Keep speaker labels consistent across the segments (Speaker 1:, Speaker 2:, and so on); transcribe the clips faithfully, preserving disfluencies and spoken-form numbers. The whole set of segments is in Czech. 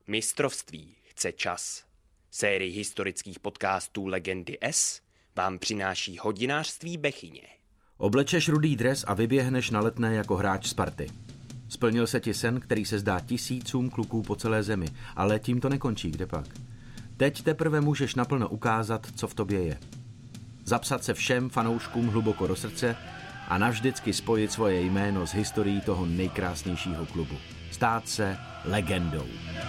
Speaker 1: Mistrovství chce čas. Sérii historických podcastů Legendy S vám přináší Hodinářství Bechyně.
Speaker 2: Oblečeš rudý dres a vyběhneš na Letné jako hráč Sparty. Splnil se ti sen, který se zdá tisícům kluků po celé zemi, ale tím to nekončí, kdepak. Teď teprve můžeš naplno ukázat, co v tobě je. Zapsat se všem fanouškům hluboko do srdce a navždycky spojit svoje jméno s historií toho nejkrásnějšího klubu. Stát se legendou.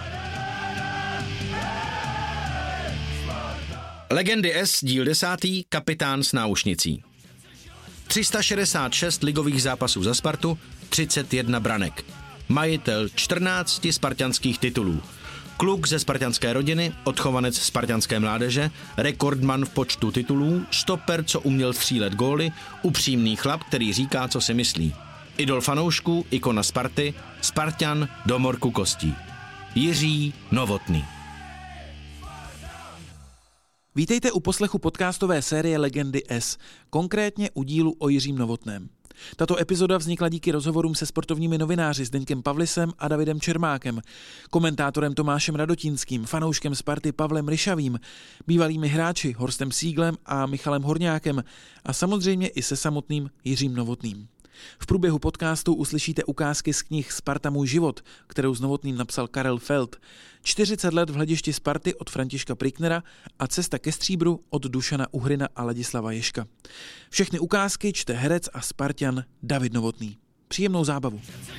Speaker 3: Legendy S, díl desátý, kapitán s náušnicí. tři sta šedesát šest ligových zápasů za Spartu, třicet jedna branek. Majitel čtrnácti spartanských titulů. Kluk ze spartanské rodiny, odchovanec spartanské mládeže, rekordman v počtu titulů, stoper, co uměl střílet góly, upřímný chlap, který říká, co si myslí. Idol fanoušků, ikona Sparty, Spartan do morku kostí. Jiří Novotný.
Speaker 4: Vítejte u poslechu podcastové série Legendy S, konkrétně u dílu o Jiřím Novotném. Tato epizoda vznikla díky rozhovorům se sportovními novináři Zdeňkem Pavlisem a Davidem Čermákem, komentátorem Tomášem Radotínským, fanouškem Sparty Pavlem Ryšavým, bývalými hráči Horstem Sieglem a Michalem Horňákem a samozřejmě i se samotným Jiřím Novotným. V průběhu podcastu uslyšíte ukázky z knih Sparta můj život, kterou s Novotným napsal Karel Feld, čtyřicet let v hledišti Sparty od Františka Priknera a Cesta ke stříbru od Dušana Uhryna a Ladislava Ježka. Všechny ukázky čte herec a Spartan David Novotný. Příjemnou zábavu.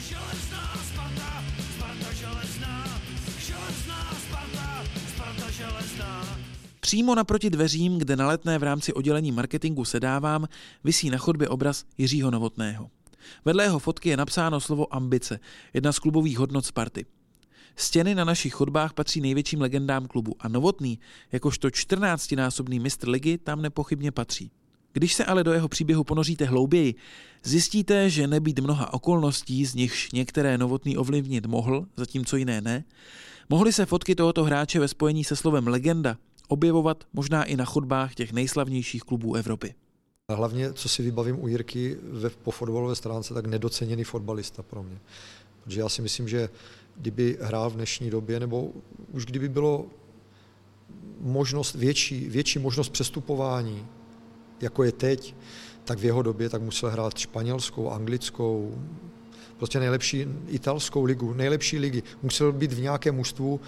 Speaker 4: Přímo naproti dveřím, kde na Letné v rámci oddělení marketingu sedávám, visí na chodbě obraz Jiřího Novotného. Vedle jeho fotky je napsáno slovo ambice, jedna z klubových hodnot Sparty. Stěny na našich chodbách patří největším legendám klubu a Novotný, jakožto čtrnáctinásobný mistr ligy, tam nepochybně patří. Když se ale do jeho příběhu ponoříte hlouběji, zjistíte, že nebýt mnoha okolností, z nichž některé Novotný ovlivnit mohl, zatímco jiné ne, mohly se fotky tohoto hráče ve spojení se slovem legenda objevovat možná i na chodbách těch nejslavnějších klubů Evropy.
Speaker 5: A hlavně, co si vybavím u Jirky ve, po fotbalové stránce, tak nedoceněný fotbalista pro mě. Protože já si myslím, že kdyby hrál v dnešní době, nebo už kdyby bylo možnost, větší, větší možnost přestupování, jako je teď, tak v jeho době tak musel hrát španělskou, anglickou, prostě nejlepší italskou ligu, nejlepší ligy. Musel být v nějakém mužstvu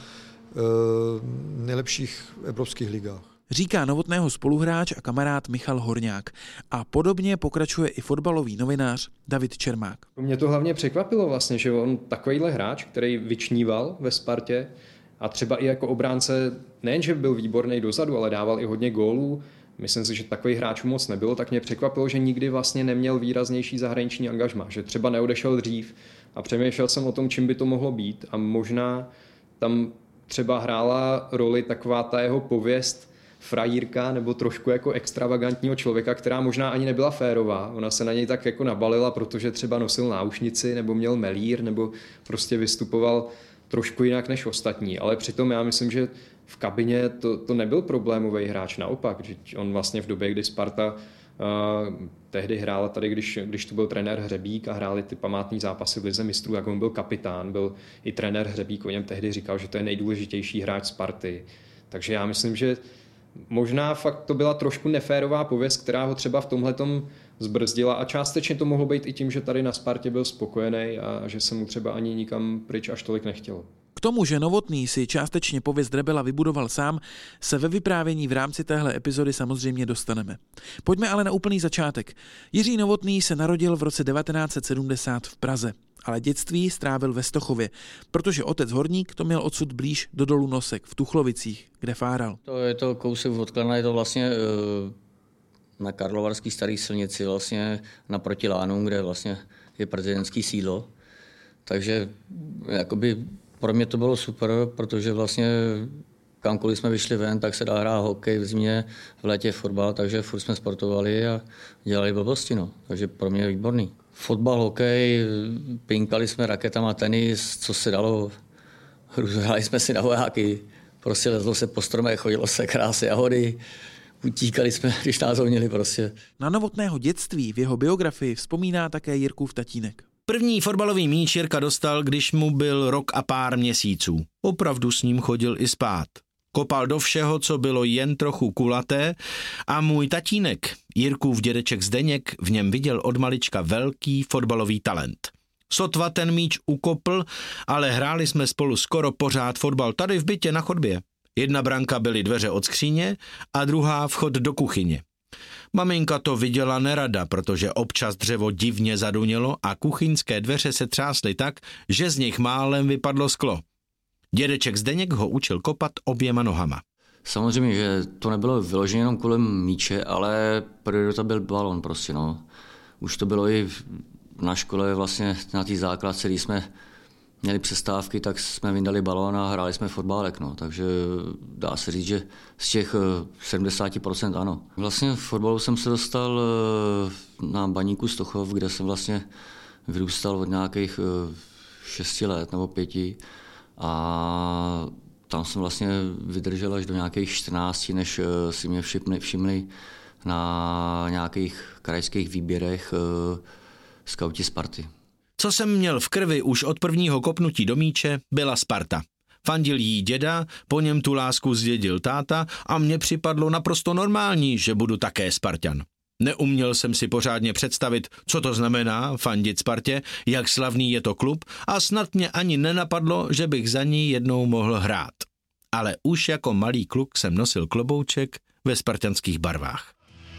Speaker 5: v nejlepších evropských ligách.
Speaker 4: Říká Novotného spoluhráč a kamarád Michal Horňák. A podobně pokračuje i fotbalový novinář David Čermák.
Speaker 6: Mě to hlavně překvapilo vlastně, že on takovýhle hráč, který vyčníval ve Spartě a třeba i jako obránce nejenže byl výborný dozadu, ale dával i hodně gólů. Myslím si, že takových hráčů moc nebylo, tak mě překvapilo, že nikdy vlastně neměl výraznější zahraniční angažmá, že třeba neodešel dřív a přemýšlel jsem o tom, čím by to mohlo být a možná tam třeba hrála roli taková ta jeho pověst frajírka nebo trošku jako extravagantního člověka, která možná ani nebyla férová. Ona se na něj tak jako nabalila, protože třeba nosil náušnici nebo měl melír nebo prostě vystupoval trošku jinak než ostatní. Ale přitom já myslím, že v kabině to, to nebyl problémový hráč, naopak. Že on vlastně v době, kdy Sparta Uh, tehdy hrála tady, když, když tu byl trenér Hřebík a hráli ty památný zápasy v lize mistrů, jak on byl kapitán, byl i trenér Hřebík, o něm tehdy říkal, že to je nejdůležitější hráč Sparty. Takže já myslím, že možná fakt to byla trošku neférová pověst, která ho třeba v tomhletom zbrzdila a částečně to mohlo být i tím, že tady na Spartě byl spokojený a že se mu třeba ani nikam pryč až tolik nechtělo.
Speaker 4: K tomu, že Novotný si částečně pověst rebela vybudoval sám, se ve vyprávění v rámci téhle epizody samozřejmě dostaneme. Pojďme ale na úplný začátek. Jiří Novotný se narodil v roce devatenáct set sedmdesát v Praze, ale dětství strávil ve Stochově, protože otec Horník to měl odsud blíž do Dolu Nosek v Tuchlovicích, kde fáral.
Speaker 7: To je to kousek od Kladna, je to vlastně na Karlovarský starý silnici, vlastně naproti Lánům, kde vlastně je prezidentský sídlo. Takže jakoby pro mě to bylo super, protože vlastně kamkoliv jsme vyšli ven, tak se dá hrát hokej v zimě, v létě fotbal, takže furt jsme sportovali a dělali blbosti, no. Takže pro mě je výborný. Fotbal, hokej, pinkali jsme raketama, tenis, co se dalo, hráli jsme si na vojáky, prostě lezlo se po stromech, chodilo se krásy, jahody, utíkali jsme, když nás honili prostě.
Speaker 4: Na Novotného dětství v jeho biografii vzpomíná také Jirkův tatínek.
Speaker 3: První fotbalový míč Jirka dostal, když mu byl rok a pár měsíců. Opravdu s ním chodil i spát. Kopal do všeho, co bylo jen trochu kulaté a můj tatínek, Jirkův dědeček Zdeněk, v něm viděl od malička velký fotbalový talent. Sotva ten míč ukopl, ale hráli jsme spolu skoro pořád fotbal tady v bytě na chodbě. Jedna branka byly dveře od skříně a druhá vchod do kuchyně. Maminka to viděla nerada, protože občas dřevo divně zadunělo a kuchyňské dveře se třásly tak, že z nich málem vypadlo sklo. Dědeček Zdeněk ho učil kopat oběma nohama.
Speaker 7: Samozřejmě, že to nebylo vyloženě jenom kolem míče, ale priorita byl balon prostě, no. Už to bylo i na škole vlastně na té základce, když jsme měli přestávky, tak jsme vyndali balón a hráli jsme fotbálek, no. Takže dá se říct, že z těch sedmdesát procent ano. Vlastně v fotbalu jsem se dostal na Baníku Stochov, kde jsem vlastně vyrůstal od nějakých šesti let nebo pěti. A tam jsem vlastně vydržel až do nějakých čtrnácti, než si mě všimli, všimli na nějakých krajských výběrech uh, skauti Sparty.
Speaker 3: Co jsem měl v krvi už od prvního kopnutí do míče, byla Sparta. Fandil jí děda, po něm tu lásku zdědil táta a mně připadlo naprosto normální, že budu také Spartan. Neuměl jsem si pořádně představit, co to znamená fandit Spartě, jak slavný je to klub a snad mě ani nenapadlo, že bych za ní jednou mohl hrát. Ale už jako malý kluk jsem nosil klobouček ve spartanských barvách.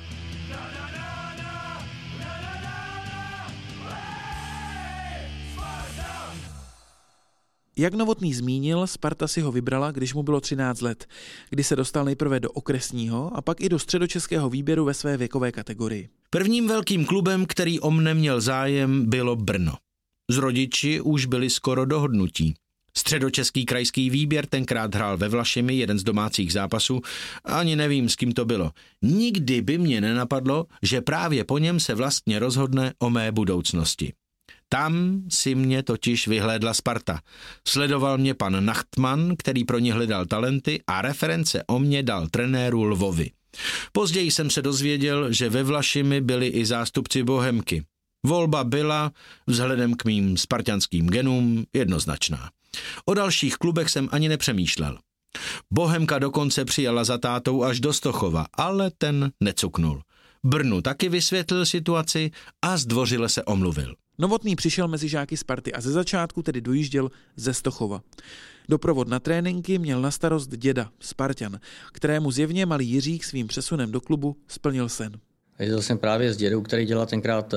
Speaker 4: Jak Novotný zmínil, Sparta si ho vybrala, když mu bylo třináct let, kdy se dostal nejprve do okresního a pak i do středočeského výběru ve své věkové kategorii.
Speaker 3: Prvním velkým klubem, který o mne měl zájem, bylo Brno. S rodiči už byli skoro dohodnutí. Středočeský krajský výběr tenkrát hrál ve Vlašimi jeden z domácích zápasů, ani nevím, s kým to bylo. Nikdy by mě nenapadlo, že právě po něm se vlastně rozhodne o mé budoucnosti. Tam si mě totiž vyhlédla Sparta. Sledoval mě pan Nachtman, který pro ně hledal talenty a reference o mě dal trenéru Lvovi. Později jsem se dozvěděl, že ve Vlašimi byli i zástupci Bohemky. Volba byla, vzhledem k mým spartanským genům, jednoznačná. O dalších klubech jsem ani nepřemýšlel. Bohemka dokonce přijala za tátou až do Stochova, ale ten necuknul. Brnu taky vysvětlil situaci a zdvořile se omluvil.
Speaker 4: Novotný přišel mezi žáky Sparty a ze začátku tedy dojížděl ze Stochova. Doprovod na tréninky měl na starost děda, Spartan, kterému zjevně malý Jiřík svým přesunem do klubu splnil sen.
Speaker 7: Jezdil jsem právě s dědou, který dělal tenkrát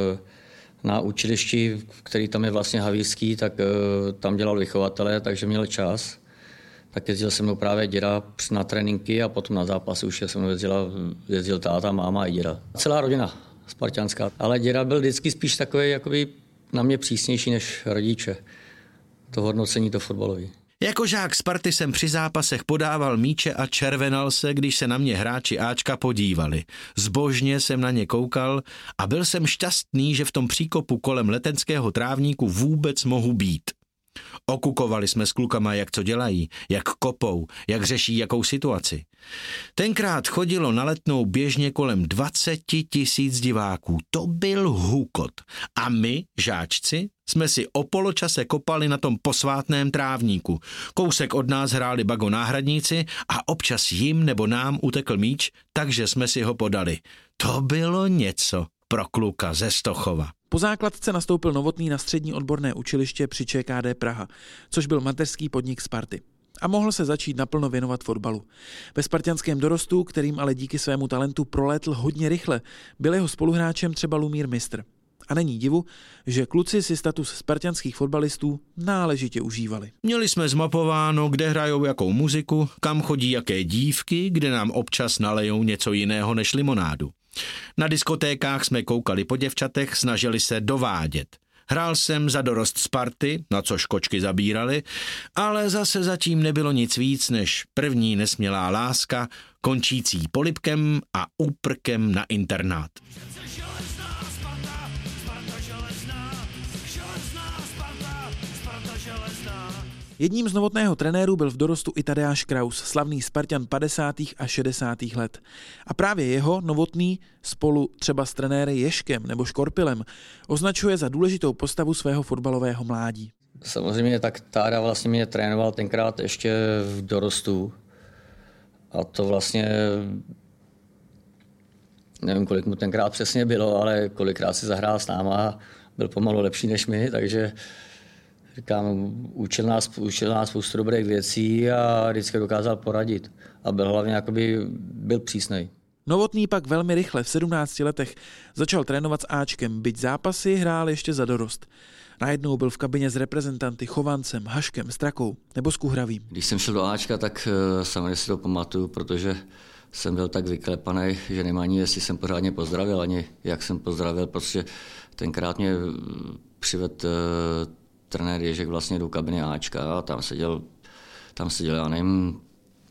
Speaker 7: na učilišti, který tam je vlastně havířský, tak tam dělal vychovatele, takže měl čas. Tak jezdil se mnou právě děda na tréninky a potom na zápasy už se mnou jezdila, jezdil táta, máma i děda. Celá rodina spartanská. Ale děda byl vždycky spíš takový jakoby na mě přísnější než rodiče. To hodnocení to fotbalový.
Speaker 3: Jako žák Sparty jsem při zápasech podával míče a červenal se, když se na mě hráči Ačka podívali. Zbožně jsem na ně koukal a byl jsem šťastný, že v tom příkopu kolem letenského trávníku vůbec mohu být. Okukovali jsme s klukama, jak co dělají, jak kopou, jak řeší jakou situaci. Tenkrát chodilo na Letnou běžně kolem dvacet tisíc diváků. To byl hukot. A my, žáčci, jsme si o poločase kopali na tom posvátném trávníku. Kousek od nás hráli bago náhradníci a občas jim nebo nám utekl míč, takže jsme si ho podali. To bylo něco pro kluka ze Stochova.
Speaker 4: Po základce nastoupil Novotný na střední odborné učiliště při Č K D Praha, což byl mateřský podnik Sparty. A mohl se začít naplno věnovat fotbalu. Ve spartanském dorostu, kterým ale díky svému talentu prolétl hodně rychle, byl jeho spoluhráčem třeba Lumír Mistr. A není divu, že kluci si status spartanských fotbalistů náležitě užívali.
Speaker 3: Měli jsme zmapováno, kde hrajou jakou muziku, kam chodí jaké dívky, kde nám občas nalejou něco jiného než limonádu. Na diskotékách jsme koukali po děvčatech, snažili se dovádět. Hrál jsem za dorost Sparty, na což kočky zabírali, ale zase zatím nebylo nic víc než první nesmělá láska, končící polibkem a úprkem na internát.
Speaker 4: Jedním z Novotného trenérů byl v dorostu i Tadeáš Kraus, slavný Spartan padesátých a šedesátých let. A právě jeho Novotný spolu třeba s trenéry Ježkem nebo Škorpilem označuje za důležitou postavu svého fotbalového mládí.
Speaker 7: Samozřejmě tak Táda vlastně mě trénoval tenkrát ještě v dorostu. A to vlastně, nevím, kolik mu tenkrát přesně bylo, ale kolikrát si zahrál s náma, byl pomalu lepší než my, takže říkám, učil nás, učil nás spoustu dobrých věcí a vždycky dokázal poradit. A byl hlavně jakoby, byl přísnej.
Speaker 4: Novotný pak velmi rychle v sedmnácti letech začal trénovat s Ačkem, byť zápasy hrál ještě za dorost. Najednou byl v kabině s reprezentanty Chovancem, Haškem, Strakou nebo s Kuhravým.
Speaker 7: Když jsem šel do Ačka, tak samozřejmě si to pamatuju, protože jsem byl tak vyklepaný, že nemá ani, jestli jsem pořádně pozdravil, ani jak jsem pozdravil, protože tenkrát mě přived trenér Ježek vlastně do kabiny Ačka a tam seděl, tam seděl, já nevím,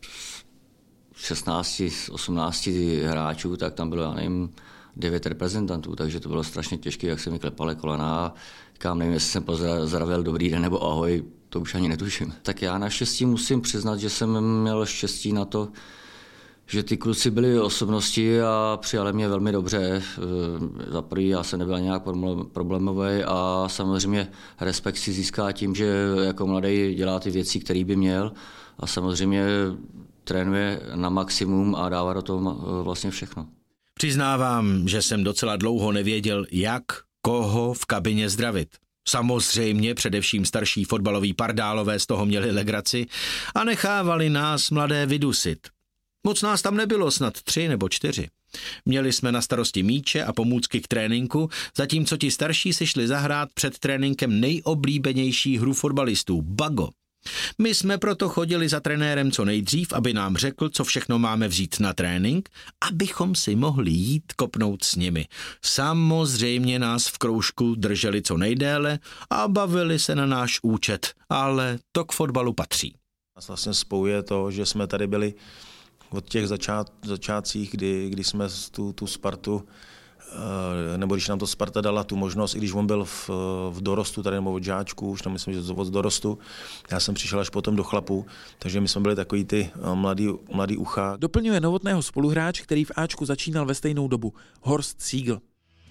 Speaker 7: šestnáct, osmnáct hráčů, tak tam bylo, já nevím, devět reprezentantů, takže to bylo strašně těžké, jak se mi klepaly kolena a říkám, nevím, jestli jsem pozdravil dobrý den nebo ahoj, to už ani netuším. Tak já naštěstí musím přiznat, že jsem měl štěstí na to, že ty kluci byli osobnosti a přijali mě velmi dobře. Za prvý já jsem nebyl nějak problémový a samozřejmě respekt si získá tím, že jako mladý dělá ty věci, které by měl a samozřejmě trénuje na maximum a dává do toho vlastně všechno.
Speaker 2: Přiznávám, že jsem docela dlouho nevěděl, jak koho v kabině zdravit. Samozřejmě především starší fotbaloví pardálové z toho měli legraci a nechávali nás mladé vydusit. Moc nás tam nebylo, snad tři nebo čtyři. Měli jsme na starosti míče a pomůcky k tréninku, zatímco ti starší si šli zahrát před tréninkem nejoblíbenější hru fotbalistů, bago. My jsme proto chodili za trenérem co nejdřív, aby nám řekl, co všechno máme vzít na trénink, abychom si mohli jít kopnout s nimi. Samozřejmě nás v kroužku drželi co nejdéle a bavili se na náš účet, ale to k fotbalu patří.
Speaker 8: Nás vlastně spojuje to, že jsme tady byli od těch začát, začátcích, kdy, kdy jsme tu, tu Spartu, nebo když nám to Sparta dala tu možnost, i když on byl v, v dorostu tady, nebo od žáčku, už tam myslím, že od dorostu, já jsem přišel až potom do chlapu, takže my jsme byli takový ty mladý, mladý ucha.
Speaker 4: Doplňuje Novotného spoluhráč, který v Ačku začínal ve stejnou dobu, Horst Siegel.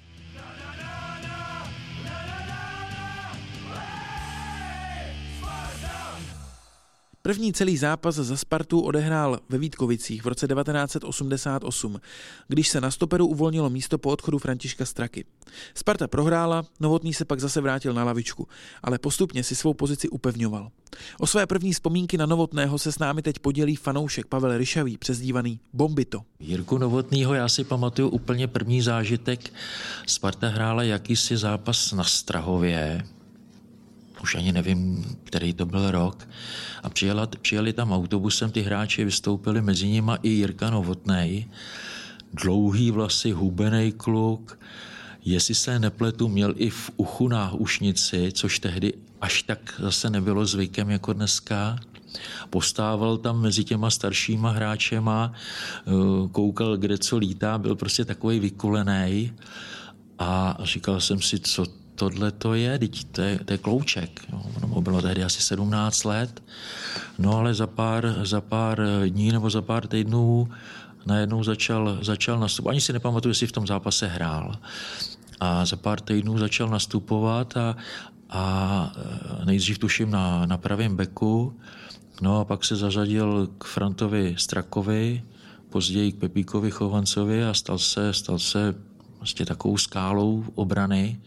Speaker 4: První celý zápas za Spartu odehrál ve Vítkovicích v roce devatenáct set osmdesát osm, když se na stoperu uvolnilo místo po odchodu Františka Straky. Sparta prohrála, Novotný se pak zase vrátil na lavičku, ale postupně si svou pozici upevňoval. O své první vzpomínky na Novotného se s námi teď podělí fanoušek Pavel Ryšavý, přezdívaný Bombito.
Speaker 9: Jirku Novotnýho já si pamatuju úplně první zážitek. Sparta hrála jakýsi zápas na Strahově. Už ani nevím, který to byl rok. A přijela, přijeli tam autobusem, ty hráči vystoupili, mezi nimi i Jirka Novotnej. Dlouhý vlasy, hubenej kluk. Jestli se nepletu, měl i v uchu náušnici, což tehdy až tak zase nebylo zvykem jako dneska. Postával tam mezi těma staršíma hráčema, koukal, kde co lítá, byl prostě takovej vykulenej. A říkal jsem si, co tohle to je, to je, to je klouček. Jo. Ono bylo tehdy asi sedmnáct let. No ale za pár, za pár dní nebo za pár týdnů najednou začal, začal nastupovat. Ani si nepamatuju, jestli v tom zápase hrál. A za pár týdnů začal nastupovat a, a nejdřív tuším na, na pravém beku. No a pak se zařadil k Frantovi Strakovi, později k Pepíkovi Chovancovi a stal se, stal se vlastně takovou skálou obrany.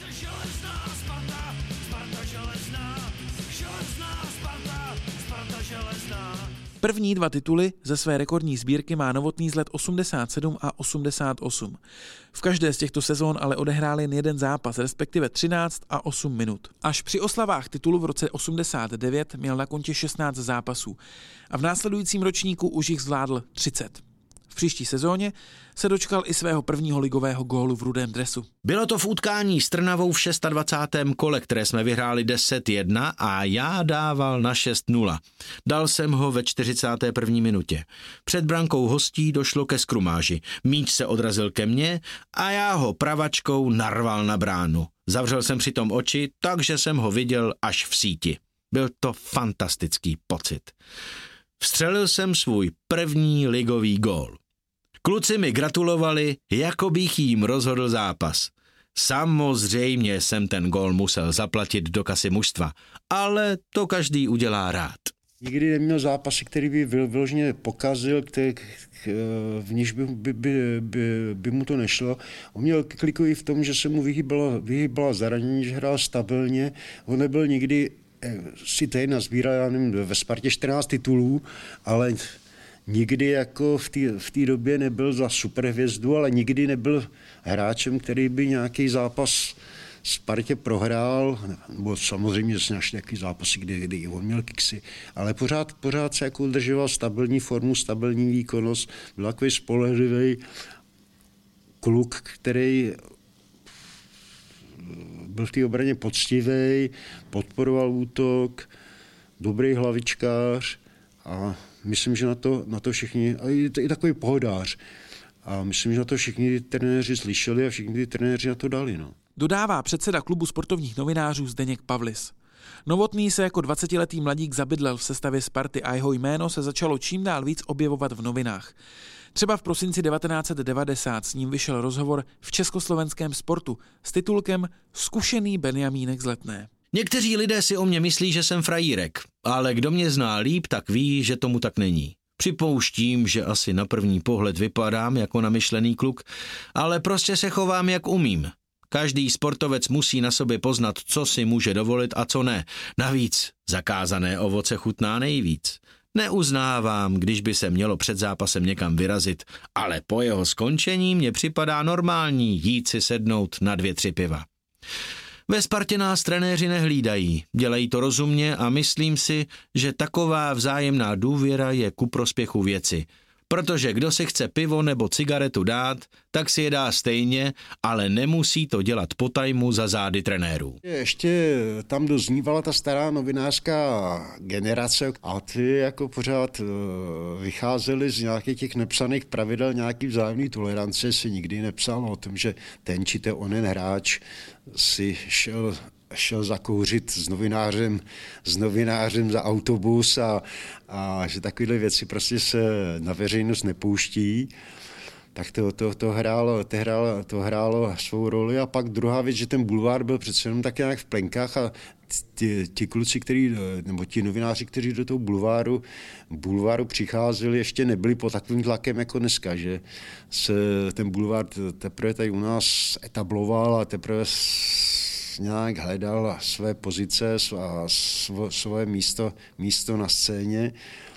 Speaker 4: První dva tituly ze své rekordní sbírky má Novotný z let osmdesát sedm a osmdesát osm. V každé z těchto sezón ale odehrál jen jeden zápas, respektive třináct a osm minut. Až při oslavách titulu v roce osmdesát devět měl na kontě šestnáct zápasů a v následujícím ročníku už jich zvládl třicet. V příští sezóně se dočkal i svého prvního ligového gólu v rudém dresu.
Speaker 2: Bylo to v utkání s Trnavou v dvacátém šestém kole, které jsme vyhráli deset jedna a já dával na šest nula. Dal jsem ho ve čtyřicáté první minutě. Před brankou hostí došlo ke skrumáži. Míč se odrazil ke mně a já ho pravačkou narval na bránu. Zavřel jsem přitom oči, takže jsem ho viděl až v síti.
Speaker 3: Byl to fantastický pocit. Vstřelil jsem svůj první ligový gól. Kluci mi gratulovali, jako bych jim rozhodl zápas. Samozřejmě jsem ten gól musel zaplatit do kasy mužstva, ale to každý udělá rád.
Speaker 10: Nikdy neměl zápasy, který by vyloženě pokazil, který, v níž by, by, by, by, by mu to nešlo. On měl klikový v tom, že se mu vyhýbala, vyhýbala zranění, že hrál stabilně. On nebyl nikdy, si tady nazbíral, já nevím, ve Spartě čtrnáct titulů, ale nikdy jako v té v té době nebyl za superhvězdu, ale nikdy nebyl hráčem, který by nějaký zápas Spartě prohrál, nebo samozřejmě se našli nějaký zápasy, kdy, kdy on měl kiksy, ale pořád, pořád se jako udržoval stabilní formu, stabilní výkonnost, byl takový spolehlivý kluk, který byl v té obraně poctivý, podporoval útok, dobrý hlavičkář a myslím, že na to, na to všichni, a i, i takový pohodář, a myslím, že na to všichni trenéři slyšeli a všichni ty trenéři na to dali. No.
Speaker 4: Dodává předseda klubu sportovních novinářů Zdeněk Pavlis. Novotný se jako dvacetiletý mladík zabydlel v sestavě Sparty a jeho jméno se začalo čím dál víc objevovat v novinách. Třeba v prosinci devatenáct set devadesát s ním vyšel rozhovor v Československém sportu s titulkem Zkušený Benjamínek z Letné.
Speaker 3: Někteří lidé si o mě myslí, že jsem frajírek, ale kdo mě zná líp, tak ví, že tomu tak není. Připouštím, že asi na první pohled vypadám jako namyšlený kluk, ale prostě se chovám, jak umím. Každý sportovec musí na sobě poznat, co si může dovolit a co ne. Navíc zakázané ovoce chutná nejvíc. Neuznávám, když by se mělo před zápasem někam vyrazit, ale po jeho skončení mně připadá normální jít si sednout na dvě, tři piva. Ve Spartě nás trenéři nehlídají, dělají to rozumně a myslím si, že taková vzájemná důvěra je ku prospěchu věci. Protože kdo si chce pivo nebo cigaretu dát, tak si je dá stejně, ale nemusí to dělat po tajmu za zády trenérů.
Speaker 10: Ještě tam doznívala ta stará novinářská generace a ty jako pořád vycházeli z nějakých těch nepsaných pravidel, nějaký vzájemný tolerance, si nikdy nepsalo o tom, že ten či ten onen hráč si šel šel zakouřit s novinářem, s novinářem za autobus a, a že takovéhle věci prostě se na veřejnost nepouští, tak to, to, to, hrálo, to, hrálo, to hrálo svou roli. A pak druhá věc, že ten bulvár byl přece jenom tak nějak v plenkách a ti, ti kluci, který, nebo ti novináři, kteří do toho bulváru, bulváru přicházeli, ještě nebyli pod takovým tlakem jako dneska, že se ten bulvár teprve tady u nás etabloval a teprve nějak hledal své pozice a své místo, místo na scéně.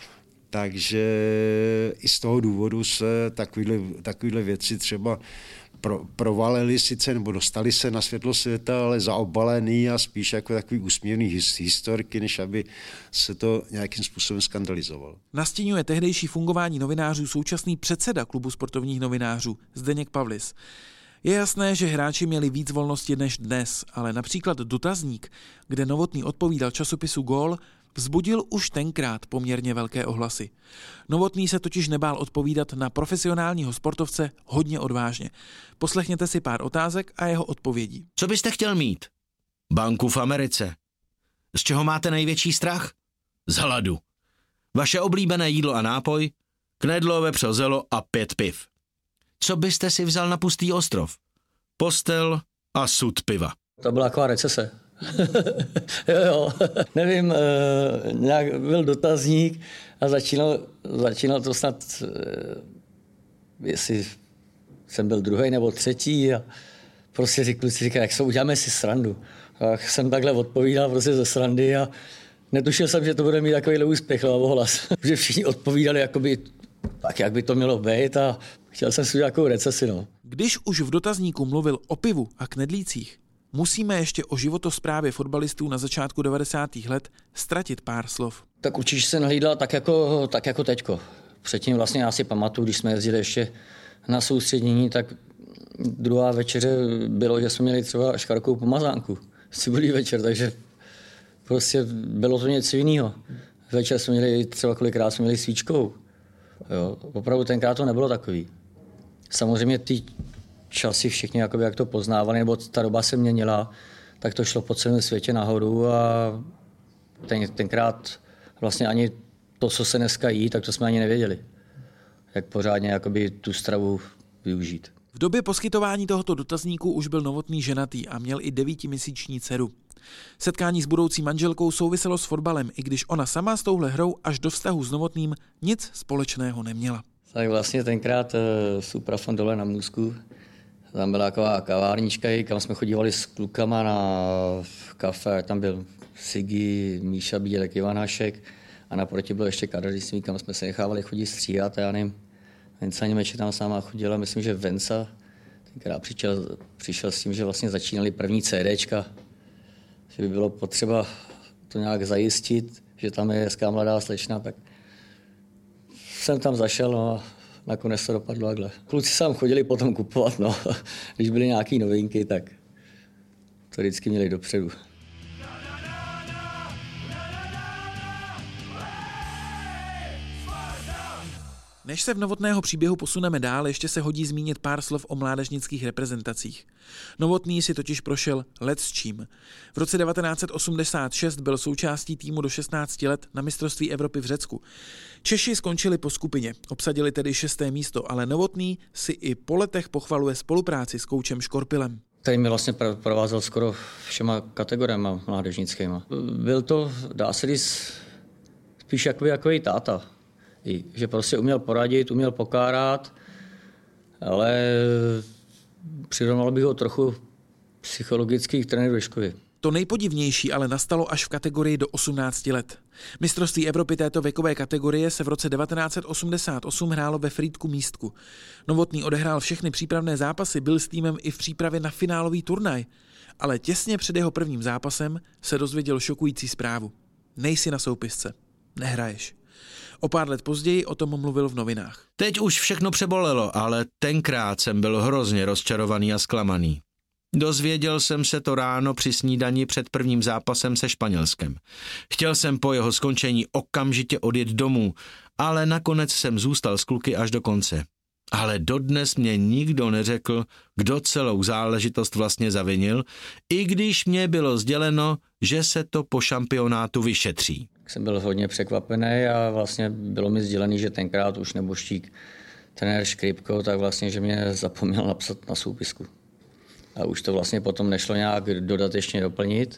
Speaker 10: Takže i z toho důvodu se takovýhle, takovýhle věci třeba pro, provalily sice, nebo dostali se na světlo světa, ale zaobalený a spíš jako takový úsměvný his, historky, než aby se to nějakým způsobem skandalizovalo.
Speaker 4: Nastíňuje tehdejší fungování novinářů současný předseda klubu sportovních novinářů Zdeněk Pavlis. Je jasné, že hráči měli víc volnosti než dnes, ale například dotazník, kde Novotný odpovídal časopisu Gól, vzbudil už tenkrát poměrně velké ohlasy. Novotný se totiž nebál odpovídat na profesionálního sportovce hodně odvážně. Poslechněte si pár otázek a jeho odpovědí.
Speaker 3: Co byste chtěl mít? Banku v Americe. Z čeho máte největší strach? Z hladu. Vaše oblíbené jídlo a nápoj? Knedlo, vepřo, a pět piv. Co byste si vzal na pustý ostrov? Postel a sud piva.
Speaker 7: To byla taková recese. jo, jo, nevím, e, nějak byl dotazník a začínal, začínal to snad, e, jestli jsem byl druhý nebo třetí a prostě si kluci říkají, jak se uděláme si srandu. Tak jsem takhle odpovídal prostě ze srandy a netušil jsem, že to bude mít takovýhle úspěch nebo ohlas. Že všichni odpovídali jakoby tak, jak by to mělo být a chtěl jsem si udělat takovou recesi. No.
Speaker 4: Když už v dotazníku mluvil o pivu a knedlících, musíme ještě o životosprávě fotbalistů na začátku devadesátých let ztratit pár slov.
Speaker 7: Tak určitě se nahlídla tak jako, tak jako teďko. Předtím vlastně já si pamatuju, když jsme jezdili ještě na soustředění, tak druhá večeře bylo, že jsme měli třeba škarkou pomazánku. Cibulí večer, takže prostě bylo to něco jiného. Večer jsme měli třeba kolikrát jsme měli svíčkou. Jo, opravdu tenkrát to nebylo takový. Samozřejmě ty časy všichni jakoby, jak to poznávali, nebo ta doba se měnila, tak to šlo po celém světě nahoru a ten, tenkrát vlastně ani to, co se dneska jí, tak to jsme ani nevěděli. Jak pořádně jakoby tu stravu využít.
Speaker 4: V době poskytování tohoto dotazníku už byl Novotný ženatý a měl i devítiměsíční dceru. Setkání s budoucí manželkou souviselo s fotbalem, i když ona sama s touhle hrou až do vztahu s Novotným nic společného neměla.
Speaker 7: Tak vlastně tenkrát Suprafon dole na Můzku, tam byla taková kavárnička, kam jsme chodívali s klukama na kafe, tam byl Sigi, Míša Bílek, Ivan Hašek a naproti byl ještě kadeřnictví, kam jsme se nechávali chodit stříhat, já nevím, Venca Němeče tam s náma chodila, myslím, že Venca tenkrát přišel, přišel s tím, že vlastně začínali první CDčka, že by bylo potřeba to nějak zajistit, že tam je hezká mladá slečna, tak jsem tam zašel, no a nakonec to dopadlo takhle. Kluci se tam chodili potom kupovat, no. Když byly nějaké novinky, tak to vždycky měli dopředu.
Speaker 4: Než se v Novotného příběhu posuneme dál, ještě se hodí zmínit pár slov o mládežnických reprezentacích. Novotný si totiž prošel lecčím. V roce devatenáct set osmdesát šest byl součástí týmu do šestnácti let na mistrovství Evropy v Řecku. Češi skončili po skupině, obsadili tedy šesté místo, ale Novotný si i po letech pochvaluje spolupráci s koučem Škorpilem.
Speaker 7: Tady mi vlastně provázel skoro všema kategoriemi mládežnickýma. Byl to, dá se říct, spíš jakoby, jakoby táta. I, že prostě uměl poradit, uměl pokárat, ale přirovnal bych ho trochu psychologických trenérů ve školy.
Speaker 4: To nejpodivnější ale nastalo až v kategorii do osmnácti let. Mistrovství Evropy této věkové kategorie se v roce devatenáct set osmdesát osm hrálo ve Frýdku Místku. Novotný odehrál všechny přípravné zápasy, byl s týmem i v přípravě na finálový turnaj, ale těsně před jeho prvním zápasem se dozvěděl šokující zprávu. Nejsi na soupisce, nehraješ. O pár let později o tom mluvil v novinách.
Speaker 2: Teď už všechno přebolelo, ale tenkrát jsem byl hrozně rozčarovaný a zklamaný. Dozvěděl jsem se to ráno při snídani před prvním zápasem se Španělskem. Chtěl jsem po jeho skončení okamžitě odjet domů, ale nakonec jsem zůstal s kluky až do konce. Ale dodnes mě nikdo neřekl, kdo celou záležitost vlastně zavinil, i když mě bylo sděleno, že se to po šampionátu vyšetří.
Speaker 7: Jsem byl hodně překvapený a vlastně bylo mi sdělený, že tenkrát už neboštík trenér Škripko, tak vlastně, že mě zapomněl napsat na soupisku. A už to vlastně potom nešlo nějak dodatečně doplnit.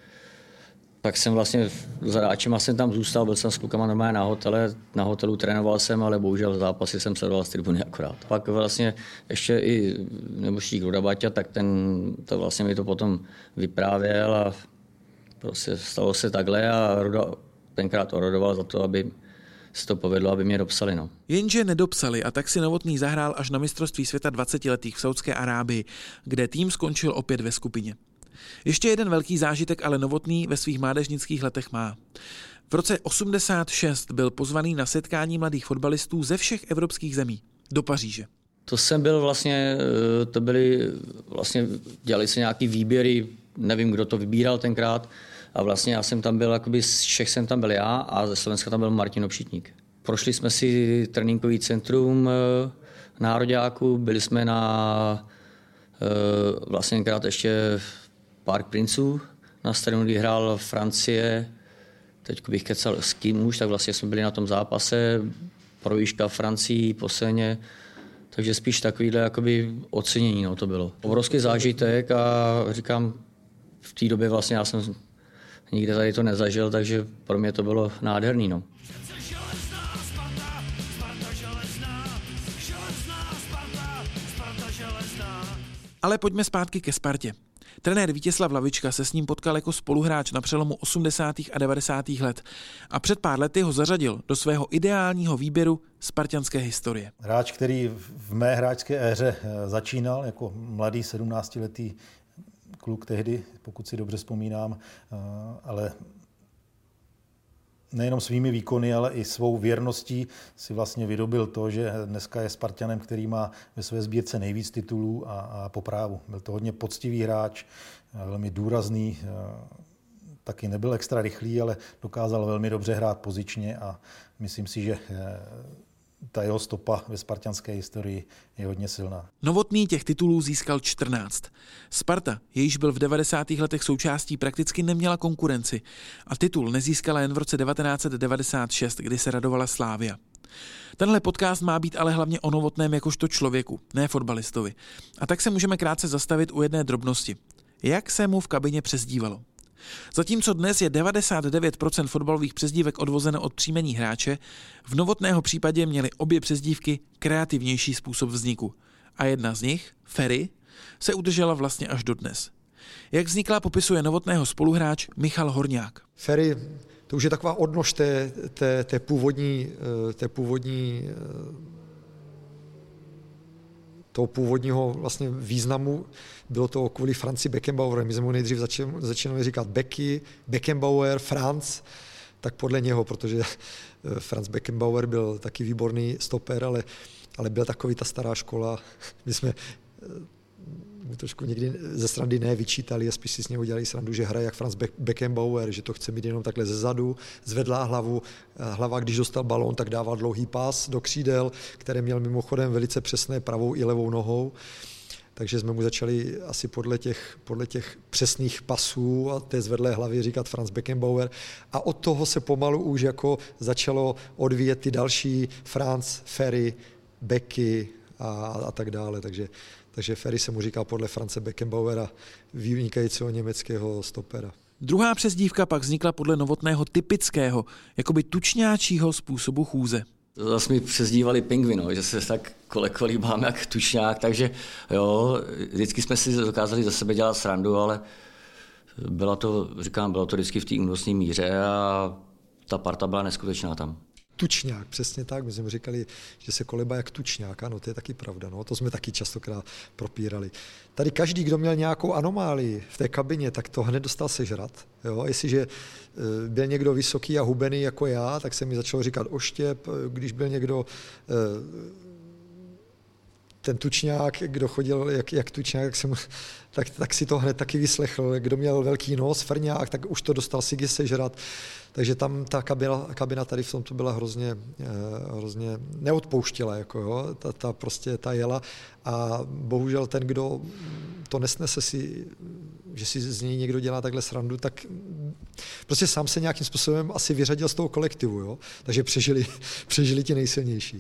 Speaker 7: Tak jsem vlastně s hráčem jsem tam zůstal, byl jsem s klukama normálně na hotele, na hotelu trénoval jsem, ale bohužel v zápasy jsem sledoval z tribuny akorát. Pak vlastně ještě i neboštík Ruda Baťa, tak ten to vlastně mi to potom vyprávěl a prostě stalo se takhle a Ruda tenkrát orodoval za to, aby se to povedlo, aby mě dopsali. No.
Speaker 4: Jenže nedopsali a tak si Novotný zahrál až na mistrovství světa dvacetiletých v Saudské Arábii, kde tým skončil opět ve skupině. Ještě jeden velký zážitek ale Novotný ve svých mládežnických letech má. V roce osmdesát šest byl pozvaný na setkání mladých fotbalistů ze všech evropských zemí do Paříže.
Speaker 7: To jsem byl vlastně, to byly vlastně, dělali se nějaký výběry, nevím, kdo to vybíral tenkrát, a vlastně já jsem tam byl, jakoby z Čech jsem tam byl já a ze Slovenska tam byl Martin Obšitník. Prošli jsme si tréninkový centrum nároďáků, byli jsme na vlastně tenkrát ještě Park Princů, na stadionu, kdy hrál Francie, teď bych kecal s kým už, tak vlastně jsme byli na tom zápase, projížďka Francii po Seně, takže spíš takovýhle jakoby ocenění, no, to bylo. Obrovský zážitek a říkám, v té době vlastně já jsem nikde tady to nezažil, takže pro mě to bylo nádherný. No.
Speaker 4: Ale pojďme zpátky ke Spartě. Trenér Vítězslav Lavička se s ním potkal jako spoluhráč na přelomu osmdesátých a devadesátých let a před pár lety ho zařadil do svého ideálního výběru spartanské historie.
Speaker 11: Hráč, který v mé hráčské éře začínal jako mladý sedmnáctiletý kluk tehdy, pokud si dobře vzpomínám, ale nejenom svými výkony, ale i svou věrností si vlastně vydobil to, že dneska je Spartanem, který má ve své sbírce nejvíc titulů a, a po právu. Byl to hodně poctivý hráč, velmi důrazný, taky nebyl extra rychlý, ale dokázal velmi dobře hrát pozičně a myslím si, že ta jeho stopa ve spartanské historii je hodně silná.
Speaker 4: Novotný těch titulů získal čtrnáct. Sparta, jejíž byl v devadesátých letech součástí, prakticky neměla konkurenci a titul nezískala jen v roce devatenáct set devadesát šest, kdy se radovala Slavia. Tenhle podcast má být ale hlavně o Novotném jakožto člověku, ne fotbalistovi. A tak se můžeme krátce zastavit u jedné drobnosti. Jak se mu v kabině přezdívalo? Zatímco dnes je devadesát devět procent fotbalových přezdívek odvozeno od příjmení hráče, v Novotného případě měly obě přezdívky kreativnější způsob vzniku. A jedna z nich, Ferry, se udržela vlastně až dodnes. Jak vznikla, popisuje Novotného spoluhráč Michal Horňák.
Speaker 5: Ferry, to už je taková odnož té, té, té původní, té původní toho původního vlastně významu. Bylo to kvůli Franzi Beckenbauerovi. My jsme mu nejdřív začínali říkat Becky, Beckenbauer, Franz, tak podle něho, protože Franz Beckenbauer byl taky výborný stoper, ale, ale byl takový ta stará škola. My jsme mu trošku někdy ze srandy nevyčítali a spíš si s něho udělali srandu, že hraje jak Franz Beckenbauer, že to chce mít jenom takhle zezadu, zvedlá hlavu, hlava, když dostal balón, tak dával dlouhý pás do křídel, které měl mimochodem velice přesné pravou i levou nohou. Takže jsme mu začali asi podle těch, podle těch přesných pasů a té zvedlé hlavy říkat Franz Beckenbauer. A od toho se pomalu už jako začalo odvíjet ty další Franz, Ferry, Becky a, a tak dále. Takže Takže Ferry se mu říká podle France Beckenbauera, vynikajícího německého stopera.
Speaker 4: Druhá přezdívka pak vznikla podle Novotného typického, jakoby tučňáčího způsobu chůze.
Speaker 7: Zase mi přezdívali Pingvin, no, že se tak kolíbám jak tučňák, takže jo, vždycky jsme si dokázali za sebe dělat srandu, ale byla to, říkám, bylo to vždycky v té únosné míře a ta parta byla neskutečná tam.
Speaker 5: Tučňák, přesně tak. My jsme říkali, že se koleba jak tučňák. Ano, to je taky pravda. No, to jsme taky častokrát propírali. Tady každý, kdo měl nějakou anomálii v té kabině, tak to hned dostal sežrat. Jo? Jestliže byl někdo vysoký a hubený jako já, tak se mi začalo říkat oštěp. Když byl někdo ten tučňák, kdo chodil jak, jak tučňák, tak, jsem, tak, tak si to hned taky vyslechl. Kdo měl velký nos, frňák, tak už to dostal Sigi sežrat. Takže tam ta kabina, kabina tady v tomto byla hrozně, hrozně neodpouštěla, jako jo, ta, ta prostě ta jela a bohužel ten, kdo to nesnese si, že si z něj někdo dělá takhle srandu, tak prostě sám se nějakým způsobem asi vyřadil z toho kolektivu, jo, takže přežili, přežili ti nejsilnější.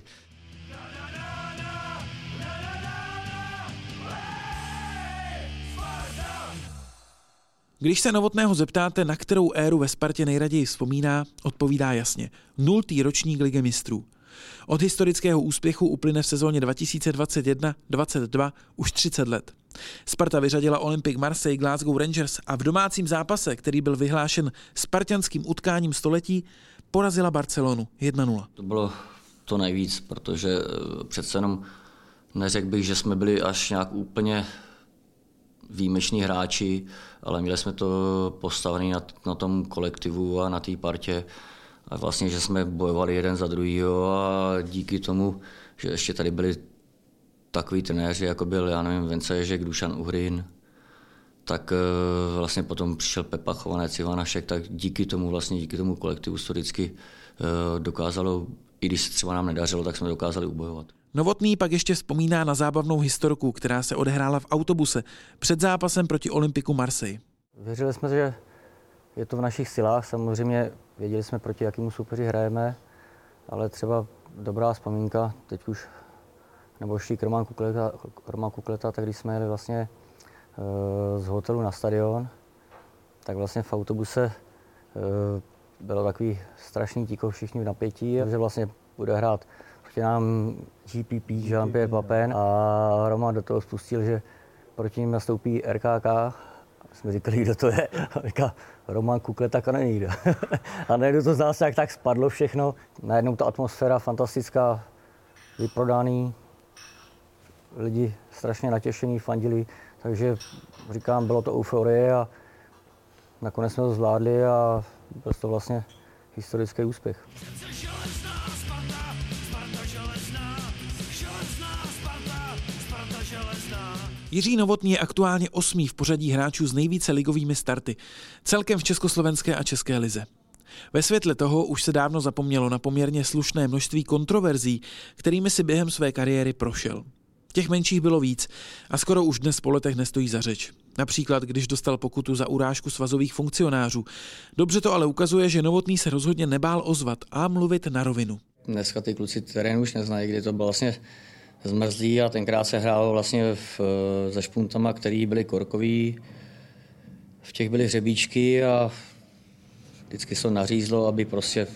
Speaker 4: Když se Novotného zeptáte, na kterou éru ve Spartě nejraději vzpomíná, odpovídá jasně. Nultý ročník Ligy mistrů. Od historického úspěchu uplyne v sezóně dva tisíce dvacet jedna dvacet dva už třicet let. Sparta vyřadila Olympique Marseille, Glasgow Rangers a v domácím zápase, který byl vyhlášen spartanským utkáním století, porazila Barcelonu jedna nula.
Speaker 7: To bylo to nejvíc, protože přece jenom neřekl bych, že jsme byli až nějak úplně výjimeční hráči, ale měli jsme to postavené na, na tom kolektivu a na té partě. A vlastně, že jsme bojovali jeden za druhýho a díky tomu, že ještě tady byli takový trenéři, jako byl, já nevím, Vence Ježek, Dušan Uhrin, tak vlastně potom přišel Pepa Chovanec, Ivan Hašek, tak díky tomu vlastně, díky tomu kolektivu to vždycky dokázalo, i když se třeba nám nedařilo, tak jsme dokázali ubojovat.
Speaker 4: Novotný pak ještě vzpomíná na zábavnou historku, která se odehrála v autobuse před zápasem proti Olympiku Marseille.
Speaker 12: Věřili jsme, že je to v našich silách, samozřejmě věděli jsme, proti jakému soupeři hrajeme, ale třeba dobrá vzpomínka, teď už, nebo ještě Roman Kukleta, Roman Kukleta, tak když jsme jeli vlastně z hotelu na stadion, tak vlastně v autobuse bylo takový strašný ticho, všichni v napětí, že vlastně bude hrát proti nám G P P, Jean-Pierre Papin, a Roman do toho spustil, že proti ním nastoupí R K K. Jsme říkali, kdo to je. A říká, Roman Kukleta, to není nikdo. A najednou to zdá se, jak tak spadlo všechno. Najednou ta atmosféra fantastická, vyprodaný, lidi strašně natěšení, fandili. Takže říkám, bylo to euforie a nakonec jsme to zvládli a byl to vlastně historický úspěch.
Speaker 4: Jiří Novotný je aktuálně osmý v pořadí hráčů s nejvíce ligovými starty, celkem v československé a české lize. Ve světle toho už se dávno zapomnělo na poměrně slušné množství kontroverzí, kterými si během své kariéry prošel. Těch menších bylo víc a skoro už dnes po letech nestojí za řeč. Například, když dostal pokutu za urážku svazových funkcionářů. Dobře to ale ukazuje, že Novotný se rozhodně nebál ozvat a mluvit na rovinu.
Speaker 7: Dneska ty kluci terén už neznají, kdy to bylo vlastně zmrzlý a tenkrát se hrálo vlastně v, se špuntama, který byly korkový. V těch byly hřebíčky a vždycky se to nařízlo, aby prostě